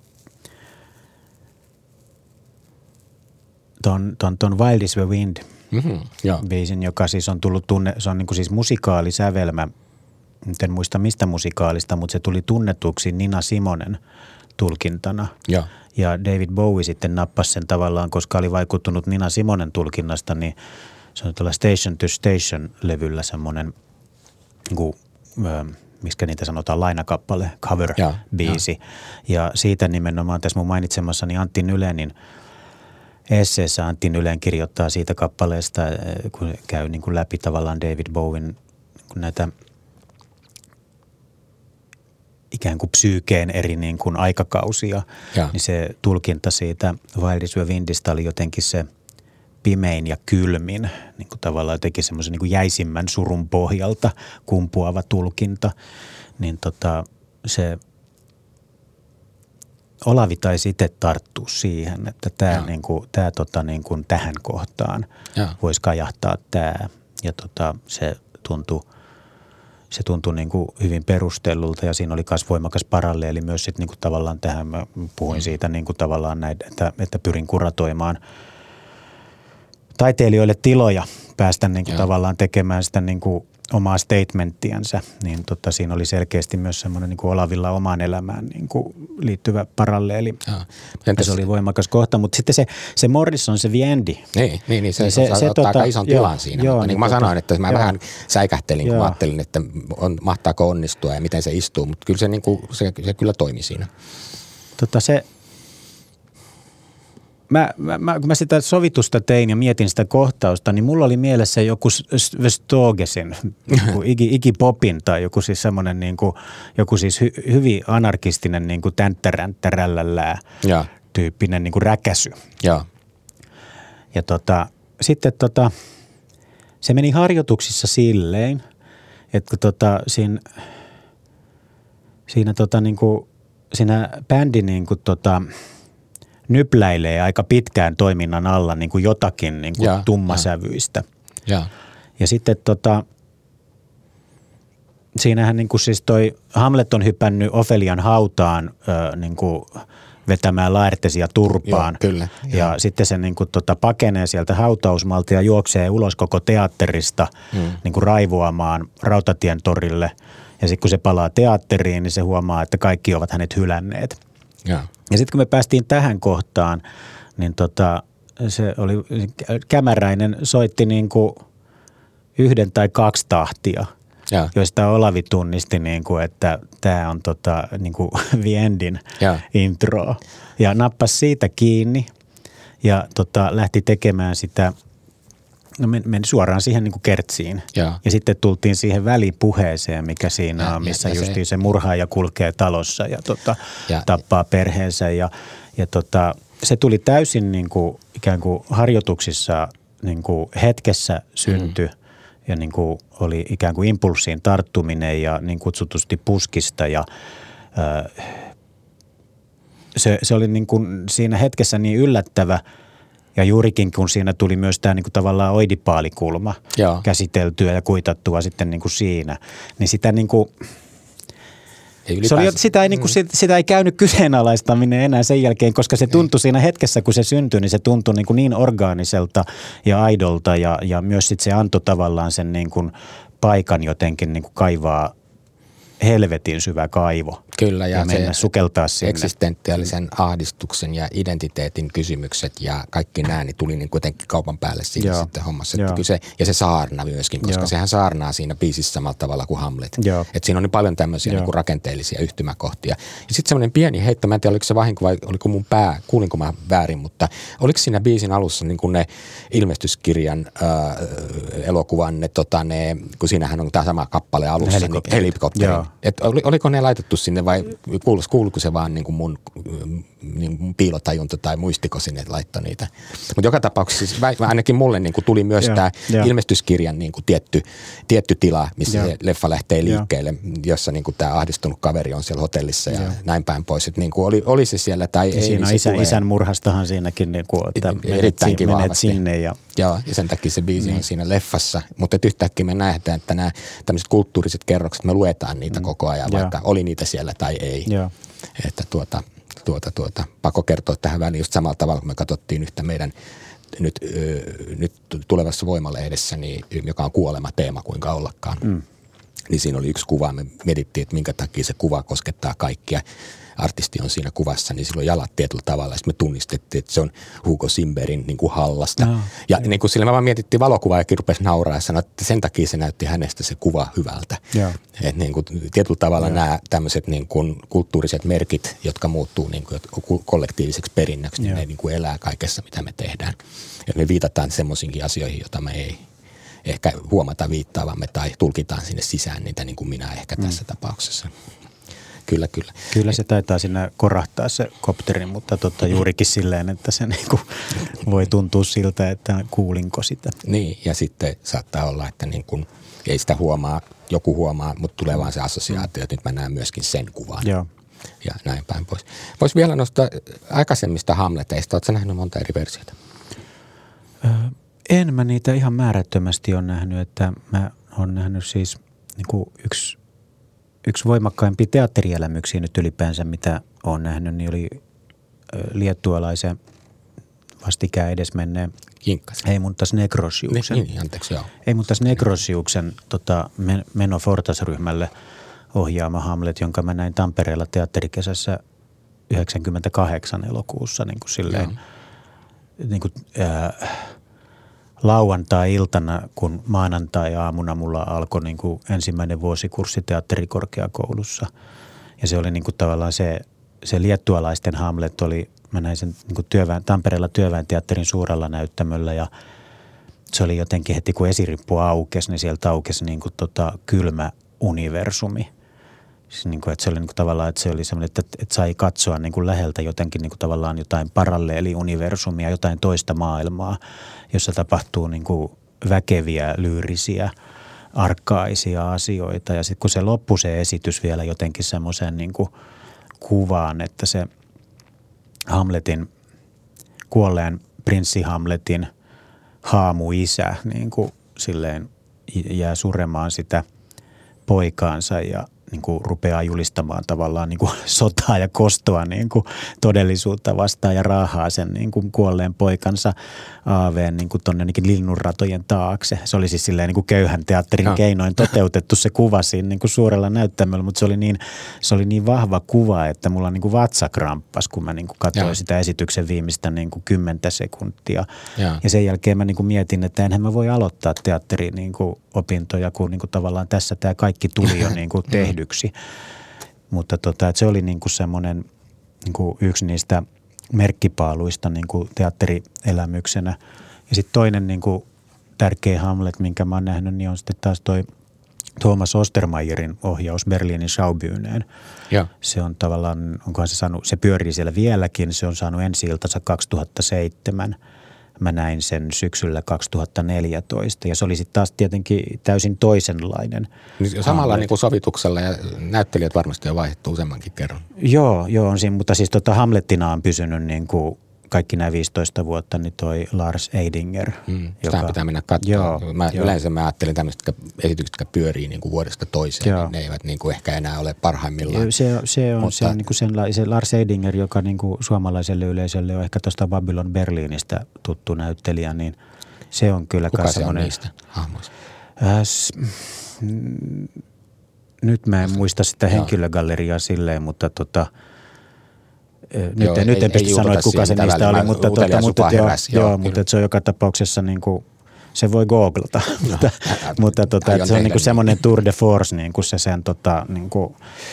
ton, ton, ton Wild is the Wind mm-hmm, biisin, joka siis on tullut tunne, se on niin kuin siis musikaalisävelmä, en muista mistä musikaalista, mutta se tuli tunnetuksi Nina Simonen tulkintana. Ja. Ja David Bowie sitten nappasi sen tavallaan, koska oli vaikuttunut Nina Simonen tulkinnasta, niin se on tuolla Station to Station-levyllä semmoinen niin kuin, ö, miksi niitä sanotaan, lainakappale, cover-biisi. Ja, ja siitä nimenomaan tässä mun mainitsemassani Antti Nylenin esseessä Antti Nylen kirjoittaa siitä kappaleesta, kun käy niin kuin läpi tavallaan David Bowen niin kuin näitä ikään kuin psyykeen eri niin kuin aikakausia, ja. Niin se tulkinta siitä Wild is the Windistä oli jotenkin se pimein ja kylmin, niin kuin tavallaan jotenkin semmoisen niin kuin jäisimmän surun pohjalta kumpuava tulkinta, niin tota, se Olavi taisi itse tarttua siihen, että tämä niin kuin, tämä, tota, niin kuin tähän kohtaan ja. Voisi kajahtaa tämä, ja tota, se tuntui Se tuntui niin kuin hyvin perustellulta ja siinä oli myös voimakas paralleeli myös sit niin kuin tavallaan tähän, mä puhuin siitä niin kuin tavallaan näin, että, että pyrin kuratoimaan taiteilijoille tiloja päästä niin kuin tavallaan tekemään sitä niin kuin omaa statementtiänsä, niin tota, siinä oli selkeästi myös semmoinen niin kuin Olavilla omaan elämään niin kuin liittyvä paralleeli. Ja se oli voimakas kohta, mutta sitten se, se Morrison, se Viendi. Niin, niin, niin se, niin se, se, se ottaa tota, aika ison joo, tilan siinä. Joo, mutta niin kuin mä tota, sanoin, että mä joo. vähän säikähtelin, kun joo. ajattelin, että on, mahtaako onnistua ja miten se istuu, mutta kyllä se, niin kuin, se, se kyllä toimi siinä. Tota se... Mä, mä, kun mä sitä sovitusta tein ja mietin sitä kohtausta, niin mulla oli mielessä joku Stogesin, Iggy, Iggy Popin tai joku siis semmoinen niin kuin, joku siis hy, hyvin anarkistinen niin kuin tänttäränttärällälää tyyppinen niin kuin räkäsy. Ja, ja tota, sitten tota, se meni harjoituksissa silleen, että tota, siinä, siinä, tota, niin kuin, siinä bändi niin kuin, tota, nypläilee aika pitkään toiminnan alla niin kuin jotakin niin kuin ja, tummasävyistä. Ja. ja sitten tota, siinähän niin kuin siis toi Hamlet on hypännyt Ofelian hautaan ö, niin kuin vetämään Laertesia turpaan. Joo, kyllä. Ja, ja sitten se niin kuin tota pakenee sieltä hautausmalta ja juoksee ulos koko teatterista hmm. niin kuin raivoamaan Rautatien torille. Ja sitten kun se palaa teatteriin, niin se huomaa, että kaikki ovat hänet hylänneet. Ja, ja sitten kun me päästiin tähän kohtaan, niin tota, se oli Kämäräinen soitti niin kuin yhden tai kaksi tahtia, ja. joista Olavi tunnisti, niin kuin, että tämä on tota, niin kuin Viendin ja. intro. Ja nappasi siitä kiinni ja tota, lähti tekemään sitä, no meni, meni suoraan siihen niin kuin kertsiin. Ja. ja sitten tultiin siihen välipuheeseen, mikä siinä ja, on, missä ja, ja justiin se, se murhaaja kulkee talossa ja, tota, ja tappaa perheensä. Ja, ja tota, se tuli täysin niin kuin, ikään kuin harjoituksissa niin kuin hetkessä syntyi mm. ja niin kuin oli ikään kuin impulssiin tarttuminen ja niin kutsutusti puskista ja äh, se, se oli niin kuin siinä hetkessä niin yllättävä. Ja juurikin, kun siinä tuli myös tämä niin kuin tavallaan oidipaalikulma Joo. käsiteltyä ja kuitattua sitten niin kuin siinä, niin sitä niin kuin, ei se oli, sitä, ei, niin kuin, sitä ei käynyt kyseenalaistaminen enää sen jälkeen, koska se tuntui siinä hetkessä, kun se syntyi, niin se tuntui niin, kuin niin orgaaniselta ja aidolta ja, ja myös sitten se antoi tavallaan sen niin kuin paikan jotenkin niin kuin kaivaa helvetin syvä kaivo. Kyllä, ja, ja mennä se sukeltaa sinne. Eksistentiaalisen ahdistuksen ja identiteetin kysymykset ja kaikki nämä niin tuli niin kuitenkin kaupan päälle siinä Joo. sitten hommassa. Että kyllä se, ja se saarna myöskin, koska Joo. sehän saarnaa siinä biisissä samalla tavalla kuin Hamlet. Että siinä on niin paljon tämmöisiä niin kuin rakenteellisia yhtymäkohtia. Ja sitten semmoinen pieni heitto, mä en tiedä oliko se vahinko vai oliko mun pää, kuulinko mä väärin, mutta oliko siinä biisin alussa niin kuin ne ilmestyskirjan äh, elokuvan, ne, tota, ne, kun siinähän on tämä sama kappale alussa, helikopteri. Niin, helikopteri. Et oli, oliko ne laitettu sinne vai kuuluiko se vaan niin kuin mun niin piilotajunta tai muistiko sinne, että laittoi niitä. Mutta joka tapauksessa siis ainakin mulle niin kuin tuli myös tämä ilmestyskirjan niin kuin tietty, tietty tila, missä ja. se leffa lähtee liikkeelle, ja. jossa niin kuin tämä ahdistunut kaveri on siellä hotellissa ja, ja. näin päin pois. Että niin kuin oli, oli se siellä tai ja ei. Siinä niin isä, isän murhastahan siinäkin, niin kuin, että erittäinkin menet, menet sinne. Ja, Joo, ja sen takia se biisi mm. on siinä leffassa. Mutta yhtäkkiä me nähdään, että nämä tämmöiset kulttuuriset kerrokset, me luetaan niitä mm. koko ajan, vaikka ja. oli niitä siellä tai ei. Ja. Että tuota... Tuota, tuota, pakko kertoa tähän väliin just samalla tavalla, kun me katsottiin yhtä meidän nyt, ö, nyt tulevassa Voimalehdessä, niin, joka on kuolema teema, kuinka ollakaan. Mm. Niin siinä oli yksi kuva, me mietittiin, että minkä takia se kuva koskettaa kaikkia. Artisti on siinä kuvassa, niin silloin jalat tietyllä tavalla. Sitten me tunnistettiin, että se on Hugo Simberin niin kuin hallasta. No, ja niin kuin sillä me vaan mietittiin valokuvaajakin rupesi nauraa ja sanoi, että sen takia se näytti hänestä se kuva hyvältä. Että niin kuin tietyllä tavalla ja. nämä tämmöiset niin kuin kulttuuriset merkit, jotka muuttuu niin kuin kollektiiviseksi perinnöksi, niin ne niin kuin elää kaikessa, mitä me tehdään. Ja me viitataan semmoisiinkin asioihin, joita me ei ehkä huomata viittaavamme tai tulkitaan sinne sisään niitä niin kuin minä ehkä tässä mm. tapauksessa. Kyllä, kyllä. Kyllä se taitaa siinä korahtaa se kopteri, mutta totta juurikin silleen, että se niinku voi tuntua siltä, että kuulinko sitä. Niin, ja sitten saattaa olla, että niin kun ei sitä huomaa, joku huomaa, mutta tulee vaan se assosiaatio, että nyt mä näen myöskin sen kuvan. Joo. Ja näin päin pois. Voisi vielä nostaa aikaisemmista Hamleteista. Oletko nähnyt monta eri versiota? Öö, en mä niitä ihan määrättömästi ole nähnyt, että mä oon nähnyt siis niinku yksi Yksi voimakkaimpia teatterielämyksiä nyt ylipäänsä, mitä olen nähnyt, niin oli liettualaisen vastikään edesmenneen. Kinkkasen. Ei, mutta Nekrosiuksen. Niin, niin, anteeksi, joo. Ei, mutta Nekrosiuksen tota, Menno Fortas-ryhmälle ohjaama Hamlet, jonka mä näin Tampereella teatterikesässä yhdeksänkymmentäkahdeksan elokuussa niin kuin silleen, niin kuin, äh, lauantai-iltana, kun maanantai-aamuna mulla alkoi niin kuin ensimmäinen vuosikurssi teatterikorkeakoulussa. Ja se oli niin kuin tavallaan se, se liettualaisten Hamlet oli, mä näin sen niin kuin työväen, Tampereella työväenteatterin suurella näyttämöllä ja se oli jotenkin heti kun esirippu aukesi, niin sieltä aukesi niin kuin tota kylmä universumi. Siis niin kuin, että se oli niin kuin tavallaan, että se oli semmoinen, että, että sai katsoa niin kuin läheltä jotenkin niin kuin tavallaan jotain paralleeliuniversumia, jotain toista maailmaa, jossa tapahtuu niin kuin väkeviä, lyyrisiä, arkaisia asioita. Ja sitten kun se loppui se esitys vielä jotenkin semmoiseen niin kuin kuvaan, että se Hamletin, kuolleen prinssi Hamletin haamuisä niin kuin silleen jää suremaan sitä poikaansa ja niin kuin rupeaa julistamaan tavallaan niin kuin sotaa ja kostoa niin kuin todellisuutta vastaan ja raahaa sen niin kuin kuolleen poikansa aaveen niin kuin tuonne linnunratojen taakse. Se oli siis silleen niin kuin köyhän teatterin no. keinoin toteutettu se kuva siinä niin kuin suurella näyttämöllä, mutta se oli niin, se oli niin vahva kuva, että mulla niin kuin vatsa kramppas, kun mä niin kuin katsoin ja. sitä esityksen viimeistä niin kuin kymmentä sekuntia. Ja. ja sen jälkeen mä niin kuin mietin, että enhän mä voi aloittaa teatterin niin kuin opintoja, kun niin kuin tavallaan tässä tämä kaikki tuli jo niin kuin tehty. Yksi. Mutta tota, että se oli niinku semmoinen niinku yksi niistä merkkipaaluista niinku teatterielämyksenä. Ja sitten toinen niinku tärkeä Hamlet, minkä mä oon nähnyt, niin on sitten taas toi Thomas Ostermeyerin ohjaus Berliinin Schaubühneen. Ja. Se on tavallaan, onkohan se saanut, se pyörii siellä vieläkin, se on saanut ensi-iltansa kaksituhattaseitsemän. Mä näin sen syksyllä kaksituhattaneljätoista ja se oli sitten taas tietenkin täysin toisenlainen. Niin samalla niin kuin sovituksella ja näyttelijät varmasti on vaihdettu useammankin kerran. Joo, joo on siinä, mutta siis tota Hamlettina on pysynyt niin kuin kaikki nämä viisitoista vuotta, niin toi Lars Eidinger. Mm, sitä pitää mennä katsoa. Joo, mä, joo. Yleensä mä ajattelen tämmöiset esitykset, jotka pyörii niin kuin vuodesta toiseen, joo. niin ne eivät niin kuin ehkä enää ole parhaimmillaan. Se, se on, mutta, se, on niin kuin sen, se Lars Eidinger, joka niin kuin suomalaiselle yleisölle on ehkä tuosta Babylon Berliinistä tuttu näyttelijä, niin se on kyllä kuka se semmoinen, on niistä hahmoista? Äh, s, mm, nyt mä en muista sitä henkilögalleriaa silleen, mutta tota Nyt, joo, nyt ei, en pysty sanoa, että kuka se niistä välillä. oli, mutta, tuota, mutta, joo, joo, mutta se on joka tapauksessa, niin kuin, se voi googlata, no, mutta, ä, mutta tuota, se on niin semmoinen tour de force, niin kuin se sen, tota, niin kuin,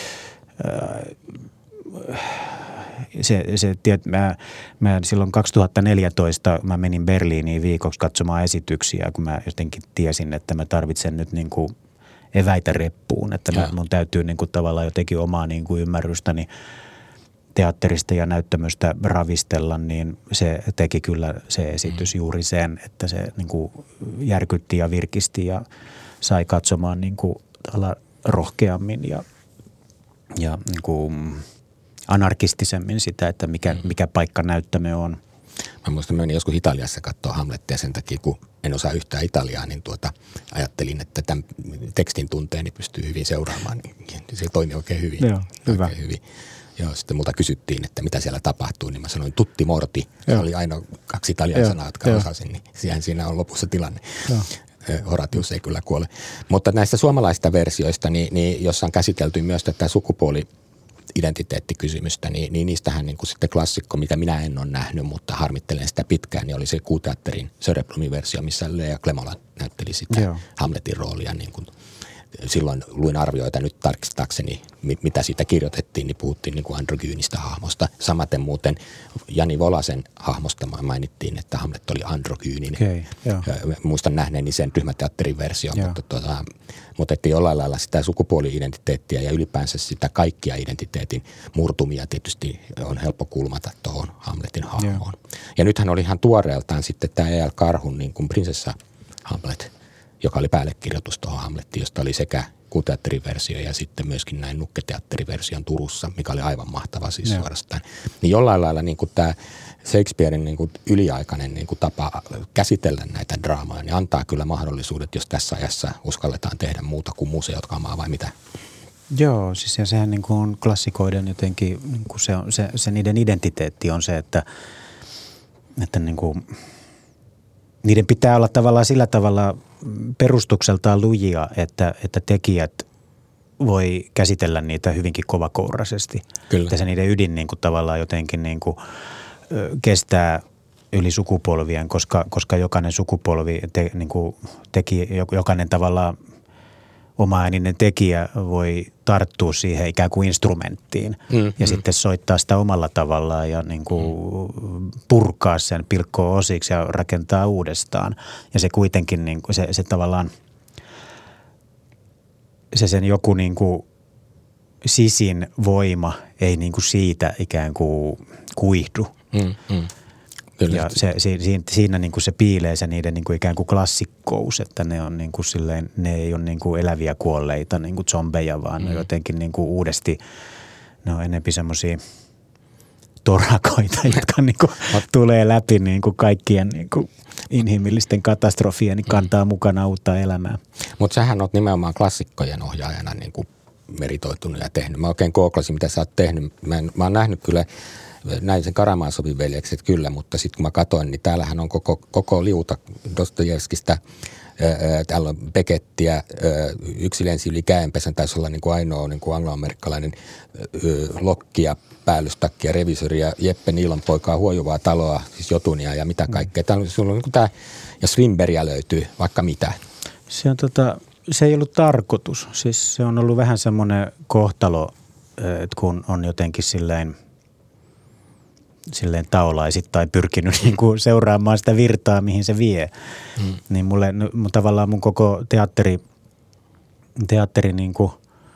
äh, se, se, tiet, mä, mä silloin kaksituhattaneljätoista mä menin Berliiniin viikoksi katsomaan esityksiä, kun mä jotenkin tiesin, että mä tarvitsen nyt niin kuin eväitä reppuun, että mä, mun täytyy niin kuin tavallaan jotenkin omaa niin kuin ymmärrystäni teatterista ja näyttämöstä ravistella, niin se teki kyllä se esitys mm. juuri sen, että se niin kuin järkytti ja virkisti ja sai katsomaan niin kuin rohkeammin ja, ja niin kuin anarkistisemmin sitä, että mikä, mm. mikä paikka näyttämö on. Mä muistan, menin joskus Italiassa katsoa Hamlettia sen takia, kun en osaa yhtään italiaa, niin tuota, ajattelin, että tämän tekstin tunteeni pystyy hyvin seuraamaan. Niin se toimi oikein hyvin. Joo, hyvä. Oikein hyvin. Joo, sitten multa kysyttiin, että mitä siellä tapahtuu, niin mä sanoin tutti morti. Se Joo. oli ainoa kaksi italian sanaa, jotka osasin, niin siihen siinä on lopussa tilanne. Joo. Horatius ei kyllä kuole. Mutta näistä suomalaisista versioista, niin, niin jossa on käsitelty myös tätä sukupuoli-identiteettikysymystä, niin, niin niistähän niin kuin sitten klassikko, mitä minä en ole nähnyt, mutta harmittelen sitä pitkään, niin oli se Q-teatterin Söderblomin versio, missä Lea Klemola näytteli sitä Joo. Hamletin roolia niin kuin. Silloin luin arvioita nyt tarkistaakseni, mitä siitä kirjoitettiin, niin puhuttiin niin kuin androgyynistä hahmosta. Samaten muuten Jani Volasen hahmosta mainittiin, että Hamlet oli androgyyninen. Okay, muistan nähneeni sen ryhmäteatterin versio, mutta, tuota, mutta että jollain lailla sitä sukupuoli-identiteettiä ja ylipäänsä sitä kaikkia identiteetin murtumia tietysti on helppo kulmata tuohon Hamletin hahmoon. Joo. Ja nythän oli ihan tuoreeltaan sitten tämä E L Karhun niin kuin prinsessa Hamlet, joka oli päällekirjoitus tuohon Hamlettiin, josta oli sekä Q-teatteriversio ja sitten myöskin näin nukketeatteriversion Turussa, mikä oli aivan mahtava siis Joo. suorastaan. Niin jollain lailla niin kuin tämä Shakespearen niin kuin yliaikainen niin kuin tapa käsitellä näitä draamoja, niin antaa kyllä mahdollisuudet, jos tässä ajassa uskalletaan tehdä muuta kuin museotkaamaa vai mitä? Joo, siis ja sehän niin kuin on klassikoiden jotenkin, niin kuin se, on, se, se niiden identiteetti on se, että, että niin kuin niiden pitää olla tavallaan sillä tavalla perustukseltaan lujia, että, että tekijät voi käsitellä niitä hyvinkin kovakouraisesti. Kyllä. Että se niiden ydin niin kuin tavallaan jotenkin niin kuin, ö, kestää yli sukupolvien, koska, koska jokainen sukupolvi, te, niin kuin teki, jokainen tavallaan oma-ääninen tekijä voi tarttua siihen ikään kuin instrumenttiin mm, ja mm. sitten soittaa sitä omalla tavallaan ja niin kuin mm. purkaa sen, pilkkoa osiksi ja rakentaa uudestaan. Ja se kuitenkin, niin kuin, se, se tavallaan, se sen joku niin kuin sisin voima ei niin kuin siitä ikään kuin kuihdu. Mm, mm. Kyllä. Ja se, siinä, siinä niin kuin se piilee se niiden niin kuin ikään kuin klassikkous, että ne on niin kuin silleen, ne ei ole niin kuin eläviä kuolleita niin kuin zombeja, vaan mm. ne jotenkin niin kuin uudesti, ne on enemmän semmoisia torakoita, jotka niin kuin tulee läpi niin kuin kaikkien niin kuin inhimillisten katastrofien, niin kantaa mm. mukana uutta elämää. Mutta sähän oot nimenomaan klassikkojen ohjaajana niin kuin meritoitunut ja tehnyt. Mä oikein kooklasin, mitä sä oot tehnyt. Mä, en, mä oon nähnyt kyllä näin sen Karamazovin veljekset kyllä, mutta sitten kun mä katsoin, niin täällähän on koko, koko liuta Dostojevskistä. Täällä on Beckettiä, Yksi lensi yli käenpesän, taisi olla niin kuin ainoa niin kuin angloamerikkalainen lokkia, päällystakkia, revisoria, Jeppe Niilon poikaa, Huojuvaa taloa, siis Jotunia ja mitä kaikkea. Täällä on, sulla on niin kuin tämä, ja Swinbergia löytyy, vaikka mitä. Se on tota, se ei ollut tarkoitus. Siis se on ollut vähän semmoinen kohtalo, että kun on jotenkin silleen, silleen taolaisittain pyrkinyt niin kuin seuraamaan sitä virtaa, mihin se vie. Hmm. Niin mulle, no, tavallaan mun koko teatteri, teatteri niin kuin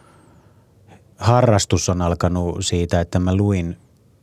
harrastus on alkanut siitä, että mä luin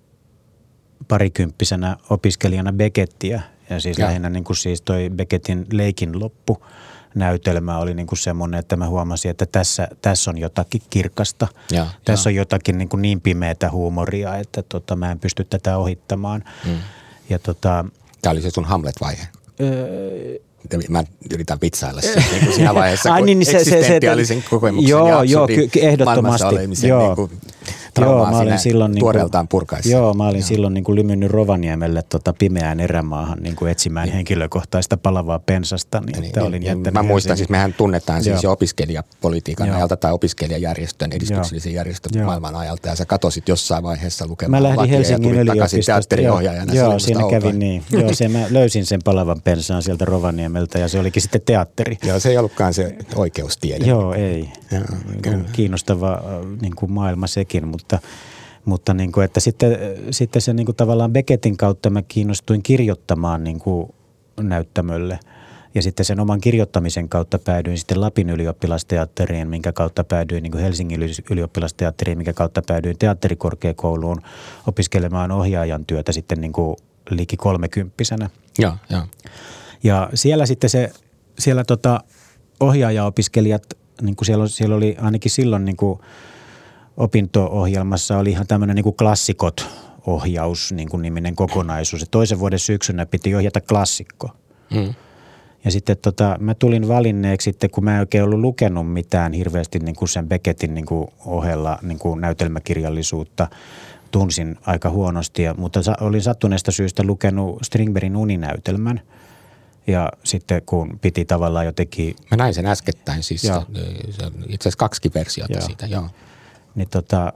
parikymppisenä opiskelijana Beckettiä. Ja siis ja. lähinnä niin kuin siis toi Beckettin Leikin loppu näytelmä oli niin kuin semmoinen, että mä huomasin, että tässä, tässä on jotakin kirkasta. Ja, tässä ja. on jotakin niin, kuin niin pimeätä huumoria, että tota, mä en pysty tätä ohittamaan. Mm. Ja tota, tämä oli se sun Hamlet-vaihe. Öö, Mä yritän vitsailla sen niin kuin siinä vaiheessa, kun niin, se, eksistentiaalisen se, kokemuksen joo, ja absurdin maailmassa olemisen joo. niin kuin traumaa joo, siinä silloin tuoreeltaan niin purkaissa. Joo, mä olin joo. silloin niin kuin lymynnyt Rovaniemelle tota pimeään erämaahan niin kuin etsimään niin. henkilökohtaista palavaa pensasta. Niin, niin, olin niin, mä muistan, sen. siis mehän tunnetaan joo. siis jo opiskelijapolitiikan joo. ajalta tai opiskelijajärjestön, edistyksellisen järjestön joo. maailman ajalta. Ja sä katosit jossain vaiheessa lukemaan mä lähdin Helsingin ja takaisin teatteriohjaajana. Joo, joo siinä kävin niin. Joo, se mä löysin sen palavan pensaan sieltä Rovaniemeltä ja se olikin sitten teatteri. Joo, se ei ollutkaan se oikeustiede. Joo, ei. Joo, kiinnostava niin kuin maailma sekin, mutta, mutta niin kuin, että sitten, sitten se niin kuin tavallaan Beckettin kautta mä kiinnostuin kirjoittamaan niin kuin näyttämölle. Ja sitten sen oman kirjoittamisen kautta päädyin sitten Lapin ylioppilasteatteriin, minkä kautta päädyin niin kuin Helsingin ylioppilasteatteriin, minkä kautta päädyin teatterikorkeakouluun opiskelemaan ohjaajan työtä sitten niin kuin liki kolmekymppisenä. Joo, joo. Ja siellä sitten se, siellä tota ohjaajaopiskelijat, niin kuin siellä, siellä oli ainakin silloin niin kuin opinto-ohjelmassa oli ihan tämmöinen niin kuin klassikot-ohjaus niin kuin niminen kokonaisuus. Ja toisen vuoden syksynä piti ohjata klassikko. Mm. Ja sitten tota, mä tulin valinneeksi sitten, kun mä en oikein ollut lukenut mitään hirveästi niin kuin sen Beckettin niin kuin ohella niin kuin näytelmäkirjallisuutta. Tunsin aika huonosti, ja, mutta olin sattuneesta syystä lukenut Strindbergin uninäytelmän. Ja sitten kun piti tavallaan jotenkin... Mä näin sen äskettäin, siis se, Joo. se on itse asiassa kaksikin versiota Joo. siitä, joo. Niin tota,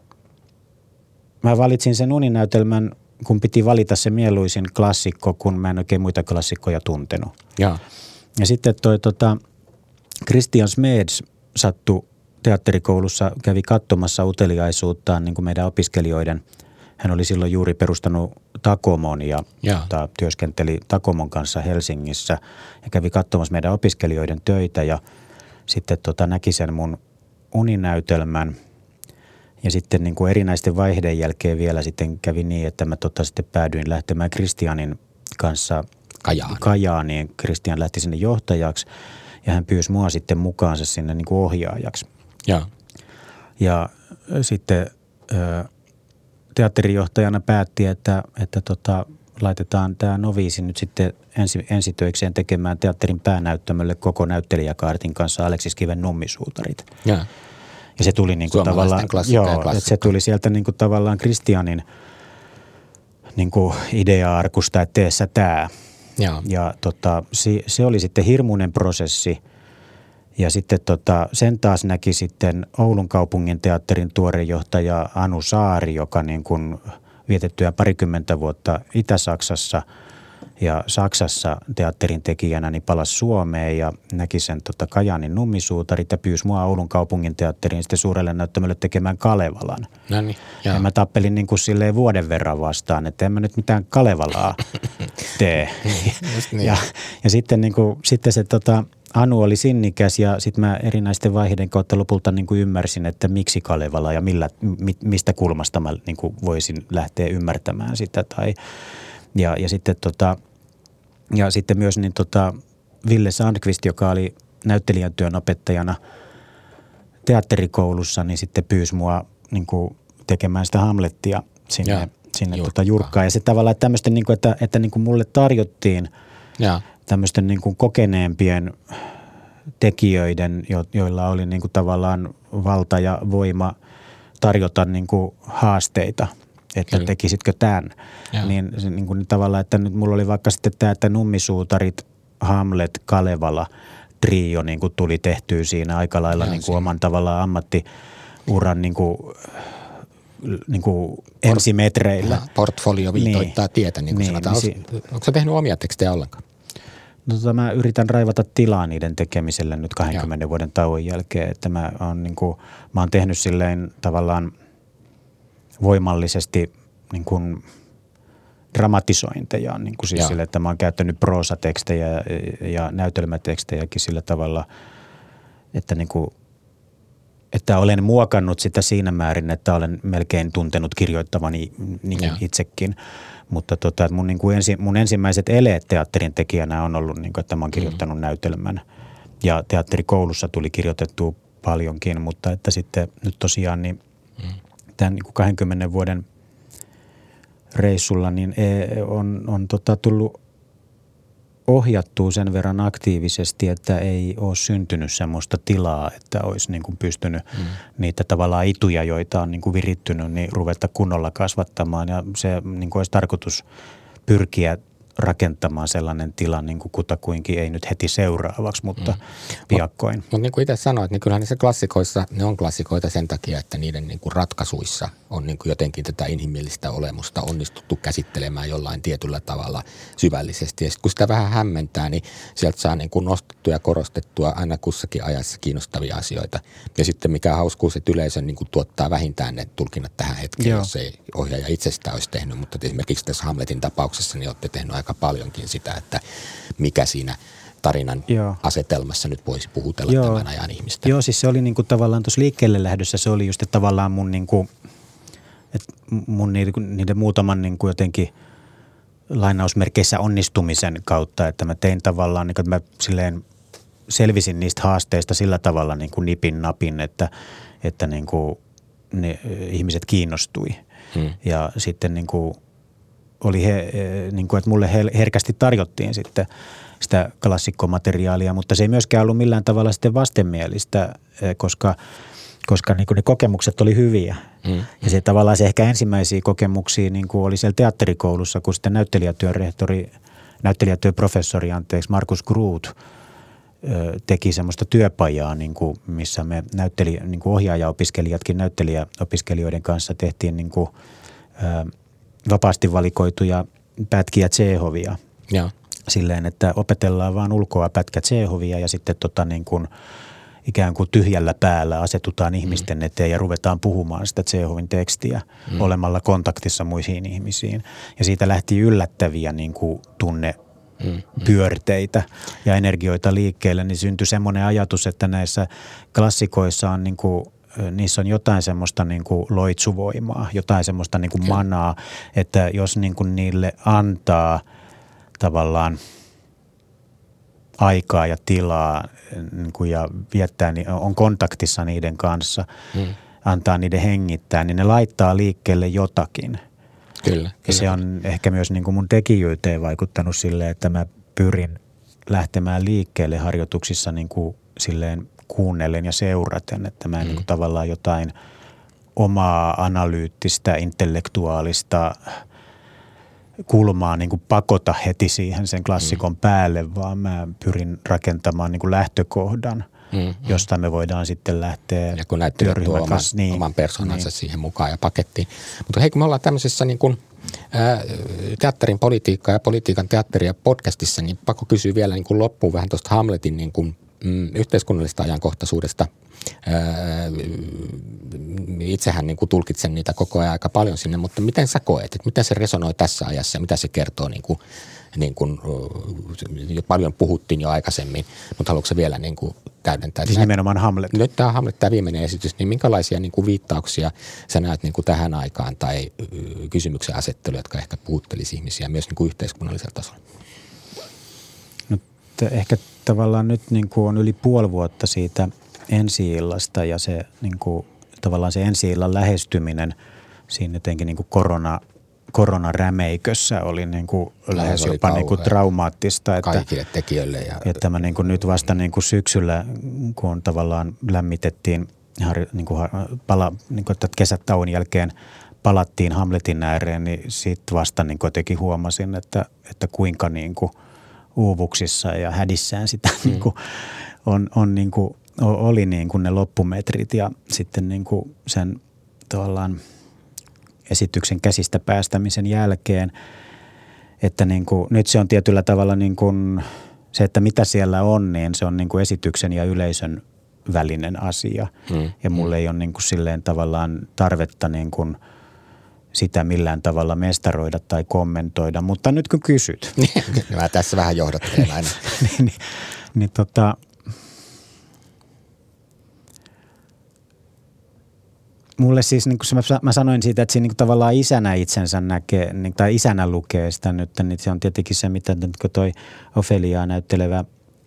mä valitsin sen uninäytelmän, kun piti valita se mieluisin klassikko, kun mä en oikein muita klassikkoja tuntenut. Joo. Ja sitten toi tota, Christian Smeds sattui teatterikoulussa, kävi katsomassa uteliaisuuttaan niin kuin meidän opiskelijoiden. Hän oli silloin juuri perustanut Takomon ja tota, työskenteli Takomon kanssa Helsingissä ja kävi katsomassa meidän opiskelijoiden töitä ja sitten tota, näki sen mun uninäytelmän. Ja sitten niin kuin erinäisten vaiheiden jälkeen vielä sitten kävi niin, että mä tota sitten päädyin lähtemään Kristianin kanssa Kajaaniin. Kajaaniin. Kristian lähti sinne johtajaksi ja hän pyysi mua sitten mukaansa sinne niin kuin ohjaajaksi. Ja, ja sitten ö, teatterijohtajana päätti, että, että tota, laitetaan tämä noviisi nyt sitten ensi, ensitöikseen tekemään teatterin päänäyttämölle koko näyttelijäkaartin kanssa Aleksis Kiven Nummisuutarit. ja. Ja se tuli niinku tavallaan, joo, että se tuli sieltä niinku tavallaan Kristianin niinku idea-arkusta, että tee sä tää. Ja, ja tota, se, se oli sitten hirmuinen prosessi. Ja sitten tota, sen taas näki sitten Oulun kaupungin teatterin tuorejohtaja Anu Saari, joka niin kuin vietettyä parikymmentä vuotta Itä-Saksassa ja Saksassa teatterin tekijänä, niin palasi Suomeen ja näki sen tota Kajaanin Nummisuutarit ja pyysi mua Oulun kaupungin teatteriin sitten suurelle näyttämölle tekemään Kalevalan. no niin, ja mä tappelin niin kuin silleen vuoden verran vastaan, että en mä nyt mitään Kalevalaa tee. niin. ja, ja sitten, niin kuin, sitten se tota, Anu oli sinnikäs ja sitten mä erinäisten vaiheiden kautta lopulta niin kuin ymmärsin, että miksi Kalevala ja millä, mi, mistä kulmasta mä niin kuin voisin lähteä ymmärtämään sitä. Tai, ja, ja, sitten, tota, ja sitten myös niin tota, Ville Sandqvist, joka oli näyttelijän työn opettajana teatterikoulussa, niin sitten pyysi mua niin kuin tekemään sitä Hamlettia sinne, ja, sinne jurkkaan. Tota, jurkkaan. Ja se tavallaan, että tämmöisten, niin kuin, että, että niin kuin mulle tarjottiin ja. tämmöisten niin kuin kokeneempien tekijöiden, jo, joilla oli niin kuin tavallaan valta ja voima tarjota niin kuin haasteita, että Kyllä. tekisitkö tämän. Ja. Niin, se, niin kuin tavallaan, että nyt mulla oli vaikka sitten tämä, että Nummisuutarit, Hamlet, Kalevala, trio niin kuin tuli tehtyä siinä aika lailla niin kuin oman tavallaan ammattiuran niin kuin, niin kuin ensimetreillä. Ja portfolio viitoittaa niin, tietä, niin kuin niin, sanotaan. Niin, si- Onko sä tehnyt omia tekstejä ollenkaan? No tota, mä yritän raivata tilaa niiden tekemiselle nyt kaksikymmentä ja. vuoden tauon jälkeen, että mä oon, niin kuin, mä oon tehnyt silleen tavallaan voimallisesti niin kuin dramatisointeja, niin kuin siis sille, että mä oon käyttänyt proosatekstejä ja, ja näytelmätekstejäkin sillä tavalla, että niin kuin, että olen muokannut sitä siinä määrin, että olen melkein tuntenut kirjoittavani niin itsekin. Mutta tota, mun, niin kuin ensi, mun ensimmäiset eleet teatterin tekijänä on ollut, niin kuin, että mä oon kirjoittanut mm. näytelmän. Ja teatterikoulussa tuli kirjoitettua paljonkin, mutta että sitten nyt tosiaan niin mm. tämän niin kuin kaksikymmentä vuoden reissulla niin on, on tota, tullut ohjattua sen verran aktiivisesti, että ei ole syntynyt semmoista tilaa, että olisi niin kuin pystynyt mm. niitä tavallaan ituja, joita on niin kuin virittynyt, niin ruveta kunnolla kasvattamaan. Ja se niin kuin olisi tarkoitus pyrkiä rakentamaan sellainen tila niin kuin kutakuinkin, ei nyt heti seuraavaksi, mutta mm. piakkoin. Mutta mut niin kuin itse sanoit, niin kyllähän niissä klassikoissa, ne on klassikoita sen takia, että niiden niin kuin ratkaisuissa on niin kuin jotenkin tätä inhimillistä olemusta onnistuttu käsittelemään jollain tietyllä tavalla syvällisesti. Ja sitten kun sitä vähän hämmentää, niin sieltä saa niin kuin nostettua ja korostettua aina kussakin ajassa kiinnostavia asioita. Ja sitten mikä hauskuus, että yleisö niin kuin tuottaa vähintään ne tulkinnat tähän hetkeen, Joo. jos ei ohjaaja itsestään olisi tehnyt. Mutta esimerkiksi tässä Hamletin tapauksessa niin olette tehnyt aika paljonkin sitä, että mikä siinä tarinan Joo. asetelmassa nyt voisi puhutella Joo. tämän ajan ihmistä. Joo, siis se oli niinku tavallaan tuossa liikkeelle lähdössä, se oli just tavallaan mun, niinku, et mun niiden, niiden muutaman niinku jotenkin lainausmerkeissä onnistumisen kautta, että mä tein tavallaan, niinku, että mä silleen selvisin niistä haasteista sillä tavalla niinku nipin napin, että, että niinku ne ihmiset kiinnostui. Hmm. Ja sitten niinku oli he, niin kuin, että mulle herkästi tarjottiin sitten sitä klassikkomateriaalia, mutta se ei myöskään ollut millään tavalla sitten vastenmielistä, koska, koska niin kuin ne kokemukset oli hyviä. Mm. Ja se tavallaan se ehkä ensimmäisiä kokemuksia niin kuin oli siellä teatterikoulussa, kun sitten näyttelijätyön rehtori näyttelijätyöprofessori, anteeksi, Markus Groth teki semmoista työpajaa, niin kuin, missä me näytteli, niin kuin ohjaajaopiskelijatkin näyttelijäopiskelijoiden kanssa tehtiin niin kuin, ä, vapaasti valikoituja pätkiä Tšehovia. Joo. Silleen, että opetellaan vaan ulkoa pätkä Tšehovia ja sitten tota niin kuin ikään kuin tyhjällä päällä asetutaan ihmisten mm. eteen ja ruvetaan puhumaan sitä Tšehovin tekstiä mm. olemalla kontaktissa muihin ihmisiin. Ja siitä lähti yllättäviä niin kuin tunne mm. pyörteitä ja energioita liikkeelle, niin syntyi semmoinen ajatus, että näissä klassikoissa on niin kuin, niissä on jotain semmoista niin kuin loitsuvoimaa, jotain semmoista niin kuin manaa, että jos niin kuin niille antaa tavallaan aikaa ja tilaa niin kuin ja viettää, on kontaktissa niiden kanssa, mm. antaa niiden hengittää, niin ne laittaa liikkeelle jotakin. Kyllä. Ja se on ehkä myös niin kuin mun tekijyyteen vaikuttanut silleen, että mä pyrin lähtemään liikkeelle harjoituksissa niin kuin silleen kuunnellen ja seuraten, että mä en mm. niin kuin tavallaan jotain omaa analyyttistä, intellektuaalista kulmaa niin kuin pakota heti siihen sen klassikon mm. päälle, vaan mä pyrin rakentamaan niin kuin lähtökohdan, mm. josta me voidaan sitten lähteä. Ja kun näyttelijät tuo oman, niin, oman persoonansa niin. siihen mukaan ja pakettiin. Mutta hei, kun me ollaan tämmöisessä niin kuin, ää, teatterin politiikkaa ja politiikan teatteria podcastissa, niin pakko kysyä vielä niin kuin loppuun vähän tuosta Hamletin niin kuin, mm, yhteiskunnallisesta ajankohtaisuudesta. Itsehän niin kuin tulkitsen niitä koko ajan aika paljon sinne, mutta miten sä koet, että miten se resonoi tässä ajassa ja mitä se kertoo, niin kuin, niin kuin, jo paljon puhuttiin jo aikaisemmin, mutta haluatko se vielä niin kuin täydentää? Siis nimenomaan Hamlet. Nyt tämä Hamlet, tämä viimeinen esitys, niin minkälaisia niin kuin viittauksia sä näet niin kuin tähän aikaan tai kysymyksen asetteluja, jotka ehkä puhuttelisi ihmisiä myös niin kuin yhteiskunnallisella tasolla? No, ehkä tavallaan nyt niin kuin on yli puoli vuotta siitä ensi-illasta ja se niin kuin, tavallaan se ensi-illan lähestyminen siinä jotenkin niin kuin korona, koronarämeikössä oli niin kuin lähes jopa niin kuin traumaattista. Että, kaikille tekijöille. Ja että mä niin kuin nyt vasta niin kuin syksyllä, kun tavallaan lämmitettiin, niin kuin, pala, niin kuin, että kesätauon jälkeen palattiin Hamletin ääreen, niin sitten vasta niin kuin jotenkin huomasin, että, että kuinka niin kuin uuvuksissa ja hädissään sitä mm. niin kuin on, on niin kuin oli niin kuin ne loppumetrit ja sitten niin kuin sen tavallaan esityksen käsistä päästämisen jälkeen, että niin kuin, nyt se on tietyllä tavalla niin kuin se, että mitä siellä on, niin se on niin kuin esityksen ja yleisön välinen asia. Hmm. Ja mulla ei ole niin kuin silleen tavallaan tarvetta niin kuin sitä millään tavalla mestaroida tai kommentoida, mutta nyt kun kysyt. Mä tässä vähän johdattelen aina. niin, niin, niin tota... Mulle siis, niin kuin mä sanoin siitä, että siinä niin tavallaan isänä itsensä näkee, niin, tai isänä lukee sitä nyt, niin se on tietenkin se, mitä nyt kun toi Ofeliaa näyttelevä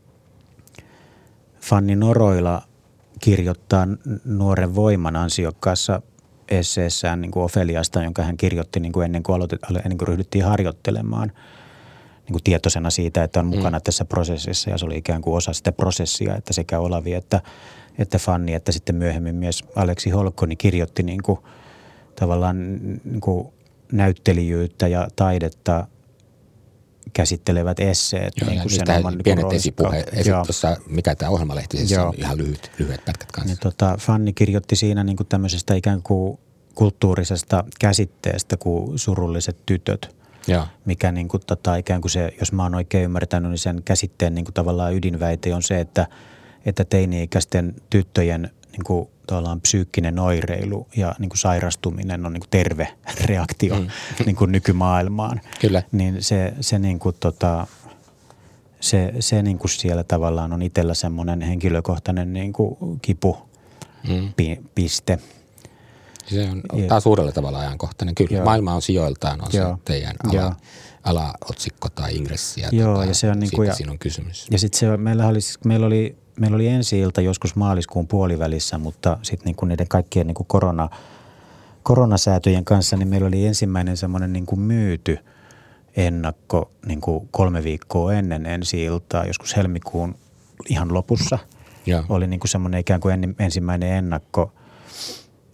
Fanni Noroila kirjoittaa nuoren voiman ansiokkaassa esseessään niin kuin Ofeliasta, jonka hän kirjoitti niin kuin ennen, kuin aloitet, ennen kuin ryhdyttiin harjoittelemaan niin kuin tietoisena siitä, että on mukana mm. tässä prosessissa ja se oli ikään kuin osa sitä prosessia, että sekä Olavi että että Fanni, että sitten myöhemmin myös Aleksi Holkoni kirjoitti niin kuin, tavallaan niin kuin näyttelijyyttä ja taidetta käsittelevät esseet. Joo, niin ja kuin sen oman pienet niin esipuhe, tuossa, mikä tämä ohjelmalehti, siis on ihan lyhyt, lyhyet pätkät kanssa. Niin, tota, Fanni kirjoitti siinä niin kuin tämmöisestä ikään kuin kulttuurisesta käsitteestä kuin surulliset tytöt. Joo. Mikä niin kuin, tota, ikään kuin se, jos mä oon oikein ymmärtänyt, niin sen käsitteen niin kuin tavallaan ydinväite on se, että että teini-ikäisten tyttöjen niin kuin, tavallaan psyykkinen oireilu ja niin kuin sairastuminen on niin kuin terve reaktio mm. niin kuin nykymaailmaan. Kyllä. Niin se, se, niin kuin, tota, se, se niin kuin siellä tavallaan on itsellä semmoinen henkilökohtainen niin kuin kipupiste. Mm. Se on taas uudella tavalla ajankohtainen. Kyllä, joo. Maailma on sijoiltaan, on joo. se teidän ala, alaotsikko tai ingressi. Joo, tota, ja se on niin kuin, siinä on kysymys. Ja sitten se, meillä oli, meillä oli Meillä oli ensi-ilta joskus maaliskuun puolivälissä, mutta sitten niin kuin niiden kaikkien niin kuin korona, koronasäätöjen kanssa, niin meillä oli ensimmäinen semmoinen niin kuin myyty ennakko niin kuin kolme viikkoa ennen ensi-iltaa, joskus helmikuun ihan lopussa. Ja. Oli niin kuin semmoinen ikään kuin ensimmäinen ennakko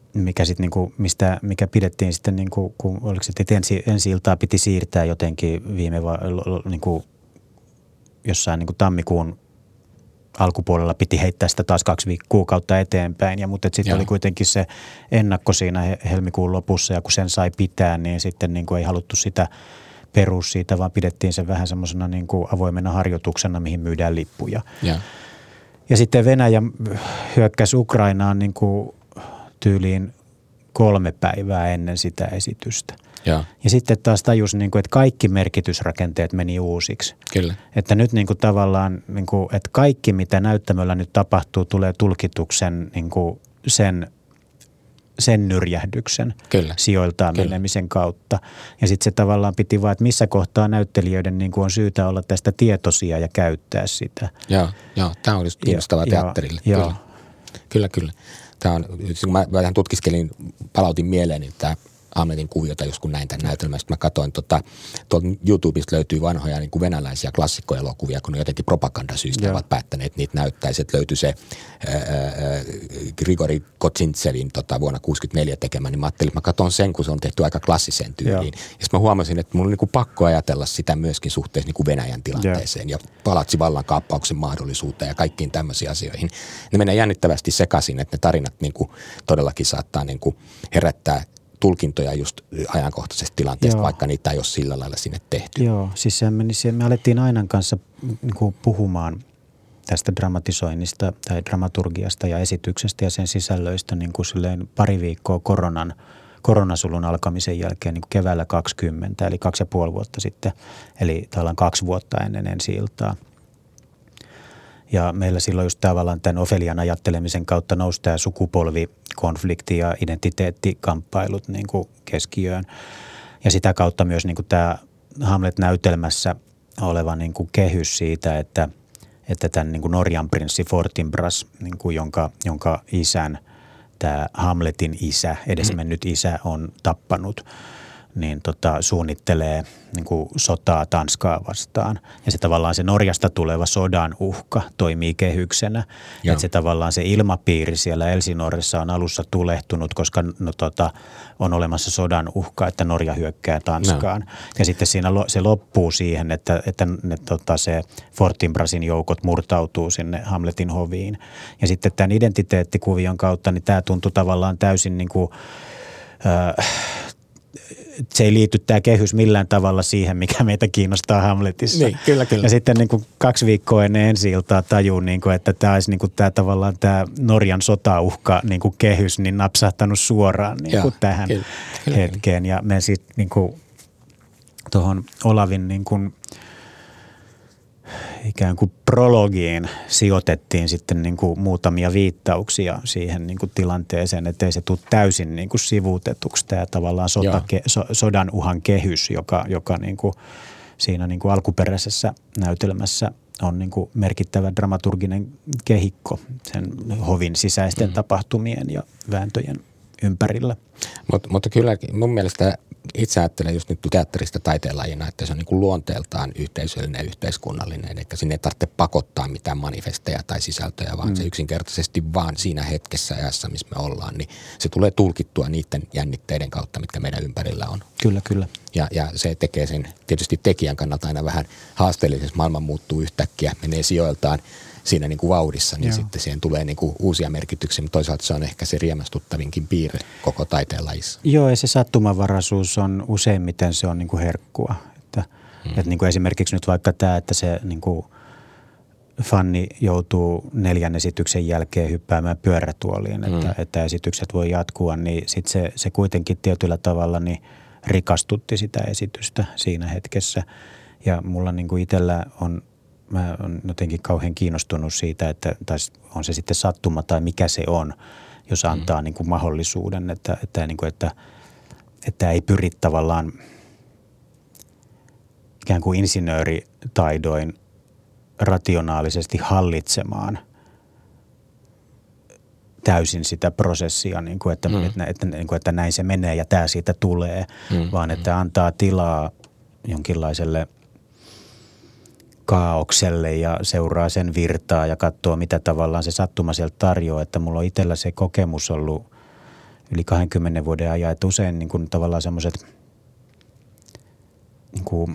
mikä sitten niinku, mistä, mikä pidettiin sitten niinku, kun oliko se, että ensi, ensi iltaa piti siirtää jotenkin viime va, niinku, jossain niinku tammikuun alkupuolella piti heittää sitä taas kaksi viik- kuukautta eteenpäin, ja mutta sitten oli kuitenkin se ennakko siinä helmikuun lopussa, ja kun sen sai pitää, niin sitten niinku ei haluttu sitä perus siitä, vaan pidettiin sen vähän semmoisena niinku avoimena harjoituksena, mihin myydään lippuja. Ja, ja sitten Venäjä hyökkäsi Ukrainaan niinku tyyliin kolme päivää ennen sitä esitystä. Ja, ja sitten taas tajus, niin kuin, että kaikki merkitysrakenteet meni uusiksi. Kyllä. Että nyt niin kuin, tavallaan, niin kuin, että kaikki mitä näyttämöllä nyt tapahtuu, tulee tulkituksen niin kuin, sen, sen nyrjähdyksen Kyllä. sijoiltaan Kyllä. menemisen kautta. Ja sitten se tavallaan piti vaan, että missä kohtaa näyttelijöiden niin kuin, on syytä olla tästä tietoisia ja käyttää sitä. Joo, joo. Tämä olisi kiinnostavaa teatterille. Joo. Kyllä. kyllä, kyllä. Tämä on, kun mä vähän tutkiskelin, palautin mieleen, niin tämä Hamletin kuviota, jos kun näin tämän näytelmän. Sitten mä katsoin, tota, tuolta YouTubesta löytyy vanhoja niin kuin venäläisiä klassikkoelokuvia, kun ne jotenkin propagandasyistä Joo. ovat päättäneet niitä näyttää. Sitten löytyi se ää, ää, Grigori Kozintsevin tota, vuonna kuusikymmentäneljä tekemä, niin mä ajattelin, että mä katson sen, kun se on tehty aika klassiseen tyyliin. Joo. Ja sitten mä huomasin, että mulla on niin kuin pakko ajatella sitä myöskin suhteessa niin kuin Venäjän tilanteeseen Joo. ja palatsi vallankaappauksen mahdollisuuteen ja kaikkiin tämmöisiin asioihin. Ne menee jännittävästi sekaisin, että ne tarinat niin kuin todellakin saattaa niin kuin herättää tulkintoja just ajankohtaisesta tilanteesta, Joo. vaikka niitä ei ole sillä lailla sinne tehty. Joo, siis se meni, me alettiin Ainan kanssa niin kuin puhumaan tästä dramatisoinnista tai dramaturgiasta ja esityksestä ja sen sisällöistä niin kuin silleen pari viikkoa koronan, koronasulun alkamisen jälkeen niin kuin keväällä kaksikymmentä, eli kaksi ja puoli vuotta sitten, eli tavallaan kaksi vuotta ennen ensi-iltaa. Ja meillä silloin just tavallaan tämän Ofelian ajattelemisen kautta nousi tämä sukupolvikonflikti ja identiteettikamppailut niin kuin keskiöön. Ja sitä kautta myös niin kuin tämä Hamlet-näytelmässä oleva niin kuin kehys siitä, että, että tämän niin kuin Norjan prinssi Fortinbras, niin kuin jonka, jonka isän, tämä Hamletin isä, edesmennyt isä on tappanut, niin tota, suunnittelee niin kuin sotaa Tanskaa vastaan. Ja se tavallaan se Norjasta tuleva sodan uhka toimii kehyksenä. Että se tavallaan se ilmapiiri siellä Elsinorissa on alussa tulehtunut, koska no, tota, on olemassa sodan uhka, että Norja hyökkää Tanskaan. No. Ja sitten siinä lo, se loppuu siihen, että, että ne, tota, se Fortinbrasin joukot murtautuu sinne Hamletin hoviin. Ja sitten tämän identiteettikuvion kautta, niin tämä tuntui tavallaan täysin niin kuin Äh, se ei liity tämä kehys millään tavalla siihen, mikä meitä kiinnostaa Hamletissa. Niin, kyllä, kyllä. Ja sitten niin kuin kaksi viikkoa ennen ensi-iltaa tajuu, niin kuin, että tämä olisi niin kuin tämä tavallaan tämä Norjan sotauhka niin kuin kehys niin napsahtanut suoraan niin kuin tähän kyllä, kyllä, hetkeen. Ja me sitten niin kuin tuohon Olavin niin kuin ikään kuin prologiin sijoitettiin sitten niin kuin muutamia viittauksia siihen niin kuin tilanteeseen, ettei se tule täysin niin kuin sivuutetuksi tämä tavallaan sota, so, sodan uhan kehys, joka, joka niin kuin siinä niin kuin alkuperäisessä näytelmässä on niin kuin merkittävä dramaturginen kehikko sen hovin sisäisten mm. tapahtumien ja vääntöjen ympärillä. Mut, mutta kyllä mun mielestä itse ajattelen just nyt teatterista taiteenlajina, että se on niin kuin luonteeltaan yhteisöllinen ja yhteiskunnallinen, eli sinne ei tarvitse pakottaa mitään manifesteja tai sisältöjä, vaan mm. se yksinkertaisesti vaan siinä hetkessä ajassa, missä me ollaan, niin se tulee tulkittua niiden jännitteiden kautta, mitkä meidän ympärillä on. Kyllä, kyllä. Ja, ja se tekee sen tietysti tekijän kannalta aina vähän haasteellisessa, maailma muuttuu yhtäkkiä, menee sijoiltaan siinä niin kuin vauhdissa, niin Joo. sitten siihen tulee niin kuin uusia merkityksiä, mutta toisaalta se on ehkä se riemastuttavinkin piirre koko taiteenlajissa. Joo, ja se sattumanvaraisuus on useimmiten se on niin kuin herkkua. Että, hmm. että niin kuin esimerkiksi nyt vaikka tämä, että se niin kuin fanni joutuu neljän esityksen jälkeen hyppäämään pyörätuoliin, että, hmm. että esitykset voi jatkua, niin sitten se, se kuitenkin tietyllä tavalla niin rikastutti sitä esitystä siinä hetkessä. Ja mulla niin kuin itsellä on Mä oon jotenkin kauhean kiinnostunut siitä, että tai on se sitten sattuma tai mikä se on, jos antaa mm. niin kuin mahdollisuuden, että, että, niin kuin, että, että ei pyri tavallaan ikään kuin insinööritaidoin rationaalisesti hallitsemaan täysin sitä prosessia, niin kuin, että, mm. että, että, niin kuin, että näin se menee ja tämä siitä tulee, mm. vaan että antaa tilaa jonkinlaiselle kaaukselle ja seuraa sen virtaa ja katsoo, mitä tavallaan se sattuma sieltä tarjoaa. Että mulla on itsellä se kokemus ollut yli kahdenkymmenen vuoden ajan, että usein niin kuin tavallaan semmoiset niin kuin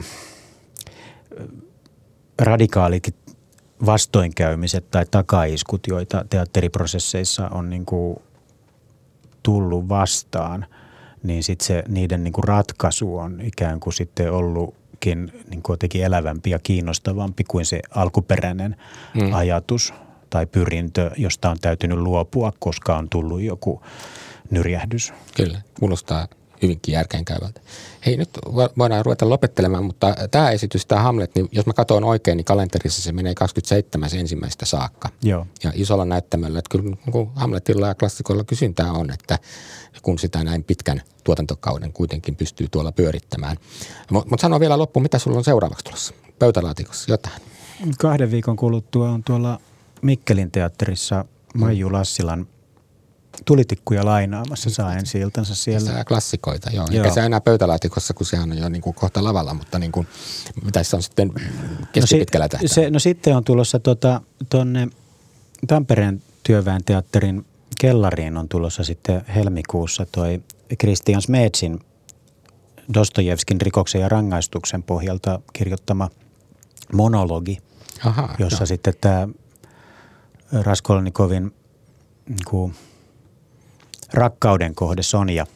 radikaalit vastoinkäymiset tai takaiskut, joita teatteriprosesseissa on niin kuin tullut vastaan, niin sitten se niiden niin kuin ratkaisu on ikään kuin sitten ollutkin niin kuin jotenkin elävämpi ja kiinnostavampi kuin se alkuperäinen mm. ajatus tai pyrintö, josta on täytynyt luopua, koska on tullut joku nyrjähdys. Kyllä, kuulostaa hyvinkin järkeenkäyvältä. Hei, nyt voidaan ruveta lopettelemaan, mutta tämä esitys, tämä Hamlet, niin jos mä katson oikein, niin kalenterissa se menee kaksikymmentäseitsemän ensimmäistä saakka. Joo. Ja isolla näyttämöllä, että kyllä niin Hamletilla ja klassikoilla kysyntää on, että kun sitä näin pitkän tuotantokauden kuitenkin pystyy tuolla pyörittämään. Mutta mut sano vielä loppuun, mitä sulla on seuraavaksi tulossa? Pöytälaatikossa jotain? Kahden viikon kuluttua on tuolla Mikkelin teatterissa Maiju Lassilan Tulitikkuja lainaamassa, saa ensi iltansa siellä. Sää klassikoita, joo. joo. Eikä se enää pöytälaatikossa, kun sehän on jo niin kuin kohta lavalla, mutta niin kuin, mitä se on sitten keskipitkällä tähtäimellä? No, si- no sitten on tulossa tuota, tuonne Tampereen työväen teatterin kellariin on tulossa sitten helmikuussa toi Christian Smedsin Dostojevskin Rikoksen ja rangaistuksen pohjalta kirjoittama monologi, Aha, jossa joo. sitten tämä Raskolnikovin niin kuin rakkauden kohde Sonja.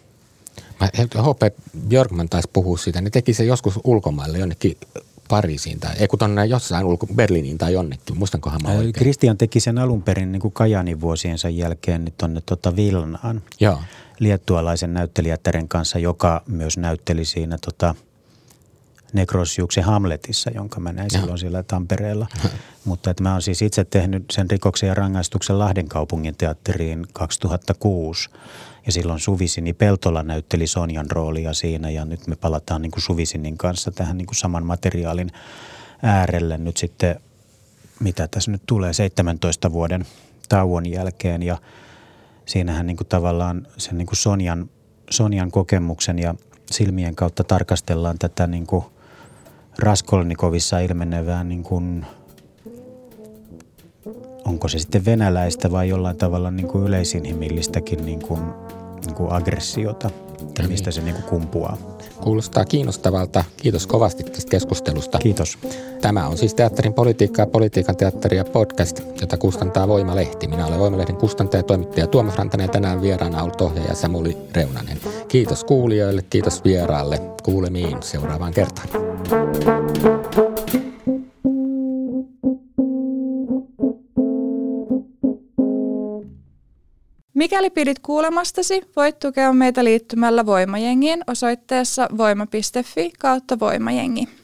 H P Björkman taisi puhua siitä. Ne teki se joskus ulkomaille jonnekin Pariisiin tai ei kun tonne jossain ulko, Berliiniin tai jonnekin. Muistankohan mä oikein? Christian teki sen alun perin niin kuin Kajanin vuosiensa jälkeen niin tuonne tota Vilnaan. Joo. Liettualaisen näyttelijättären kanssa, joka myös näytteli siinä tota Nekrosiuksen Hamletissa, jonka mä näin silloin siellä Tampereella. Mutta että mä oon siis itse tehnyt sen Rikoksen ja rangaistuksen Lahden kaupungin teatteriin kaksituhattakuusi. Ja silloin Suvisini Peltola näytteli Sonjan roolia siinä ja nyt me palataan niin kuin Suvisinin kanssa tähän niin kuin saman materiaalin äärelle nyt sitten, mitä tässä nyt tulee, seitsemäntoista vuoden tauon jälkeen. Ja siinähän niin kuin tavallaan sen niin kuin Sonjan, Sonjan kokemuksen ja silmien kautta tarkastellaan tätä niin kuin Raskolnikovissa ilmenevää, niin kuin, onko se sitten venäläistä vai jollain tavalla niin kuin yleisinhimillistäkin niin kuin, niin kuin aggressiota, että mistä se niin kuin kumpuaa. Kuulostaa kiinnostavalta. Kiitos kovasti tästä keskustelusta. Kiitos. Tämä on siis Teatterin politiikkaa ja politiikan teatteria podcast, jota kustantaa Voima-lehti. Minä olen Voima-lehden kustantaja ja toimittaja Tuomas Rantanen ja tänään vieraana ollut ohjaaja Samuli Reunanen. Kiitos kuulijoille, kiitos vieraalle. Kuulemiin seuraavaan kertaan. Mikäli pidit kuulemastasi, voit tukea meitä liittymällä Voimajengiin osoitteessa voima piste fi kautta voimajengi.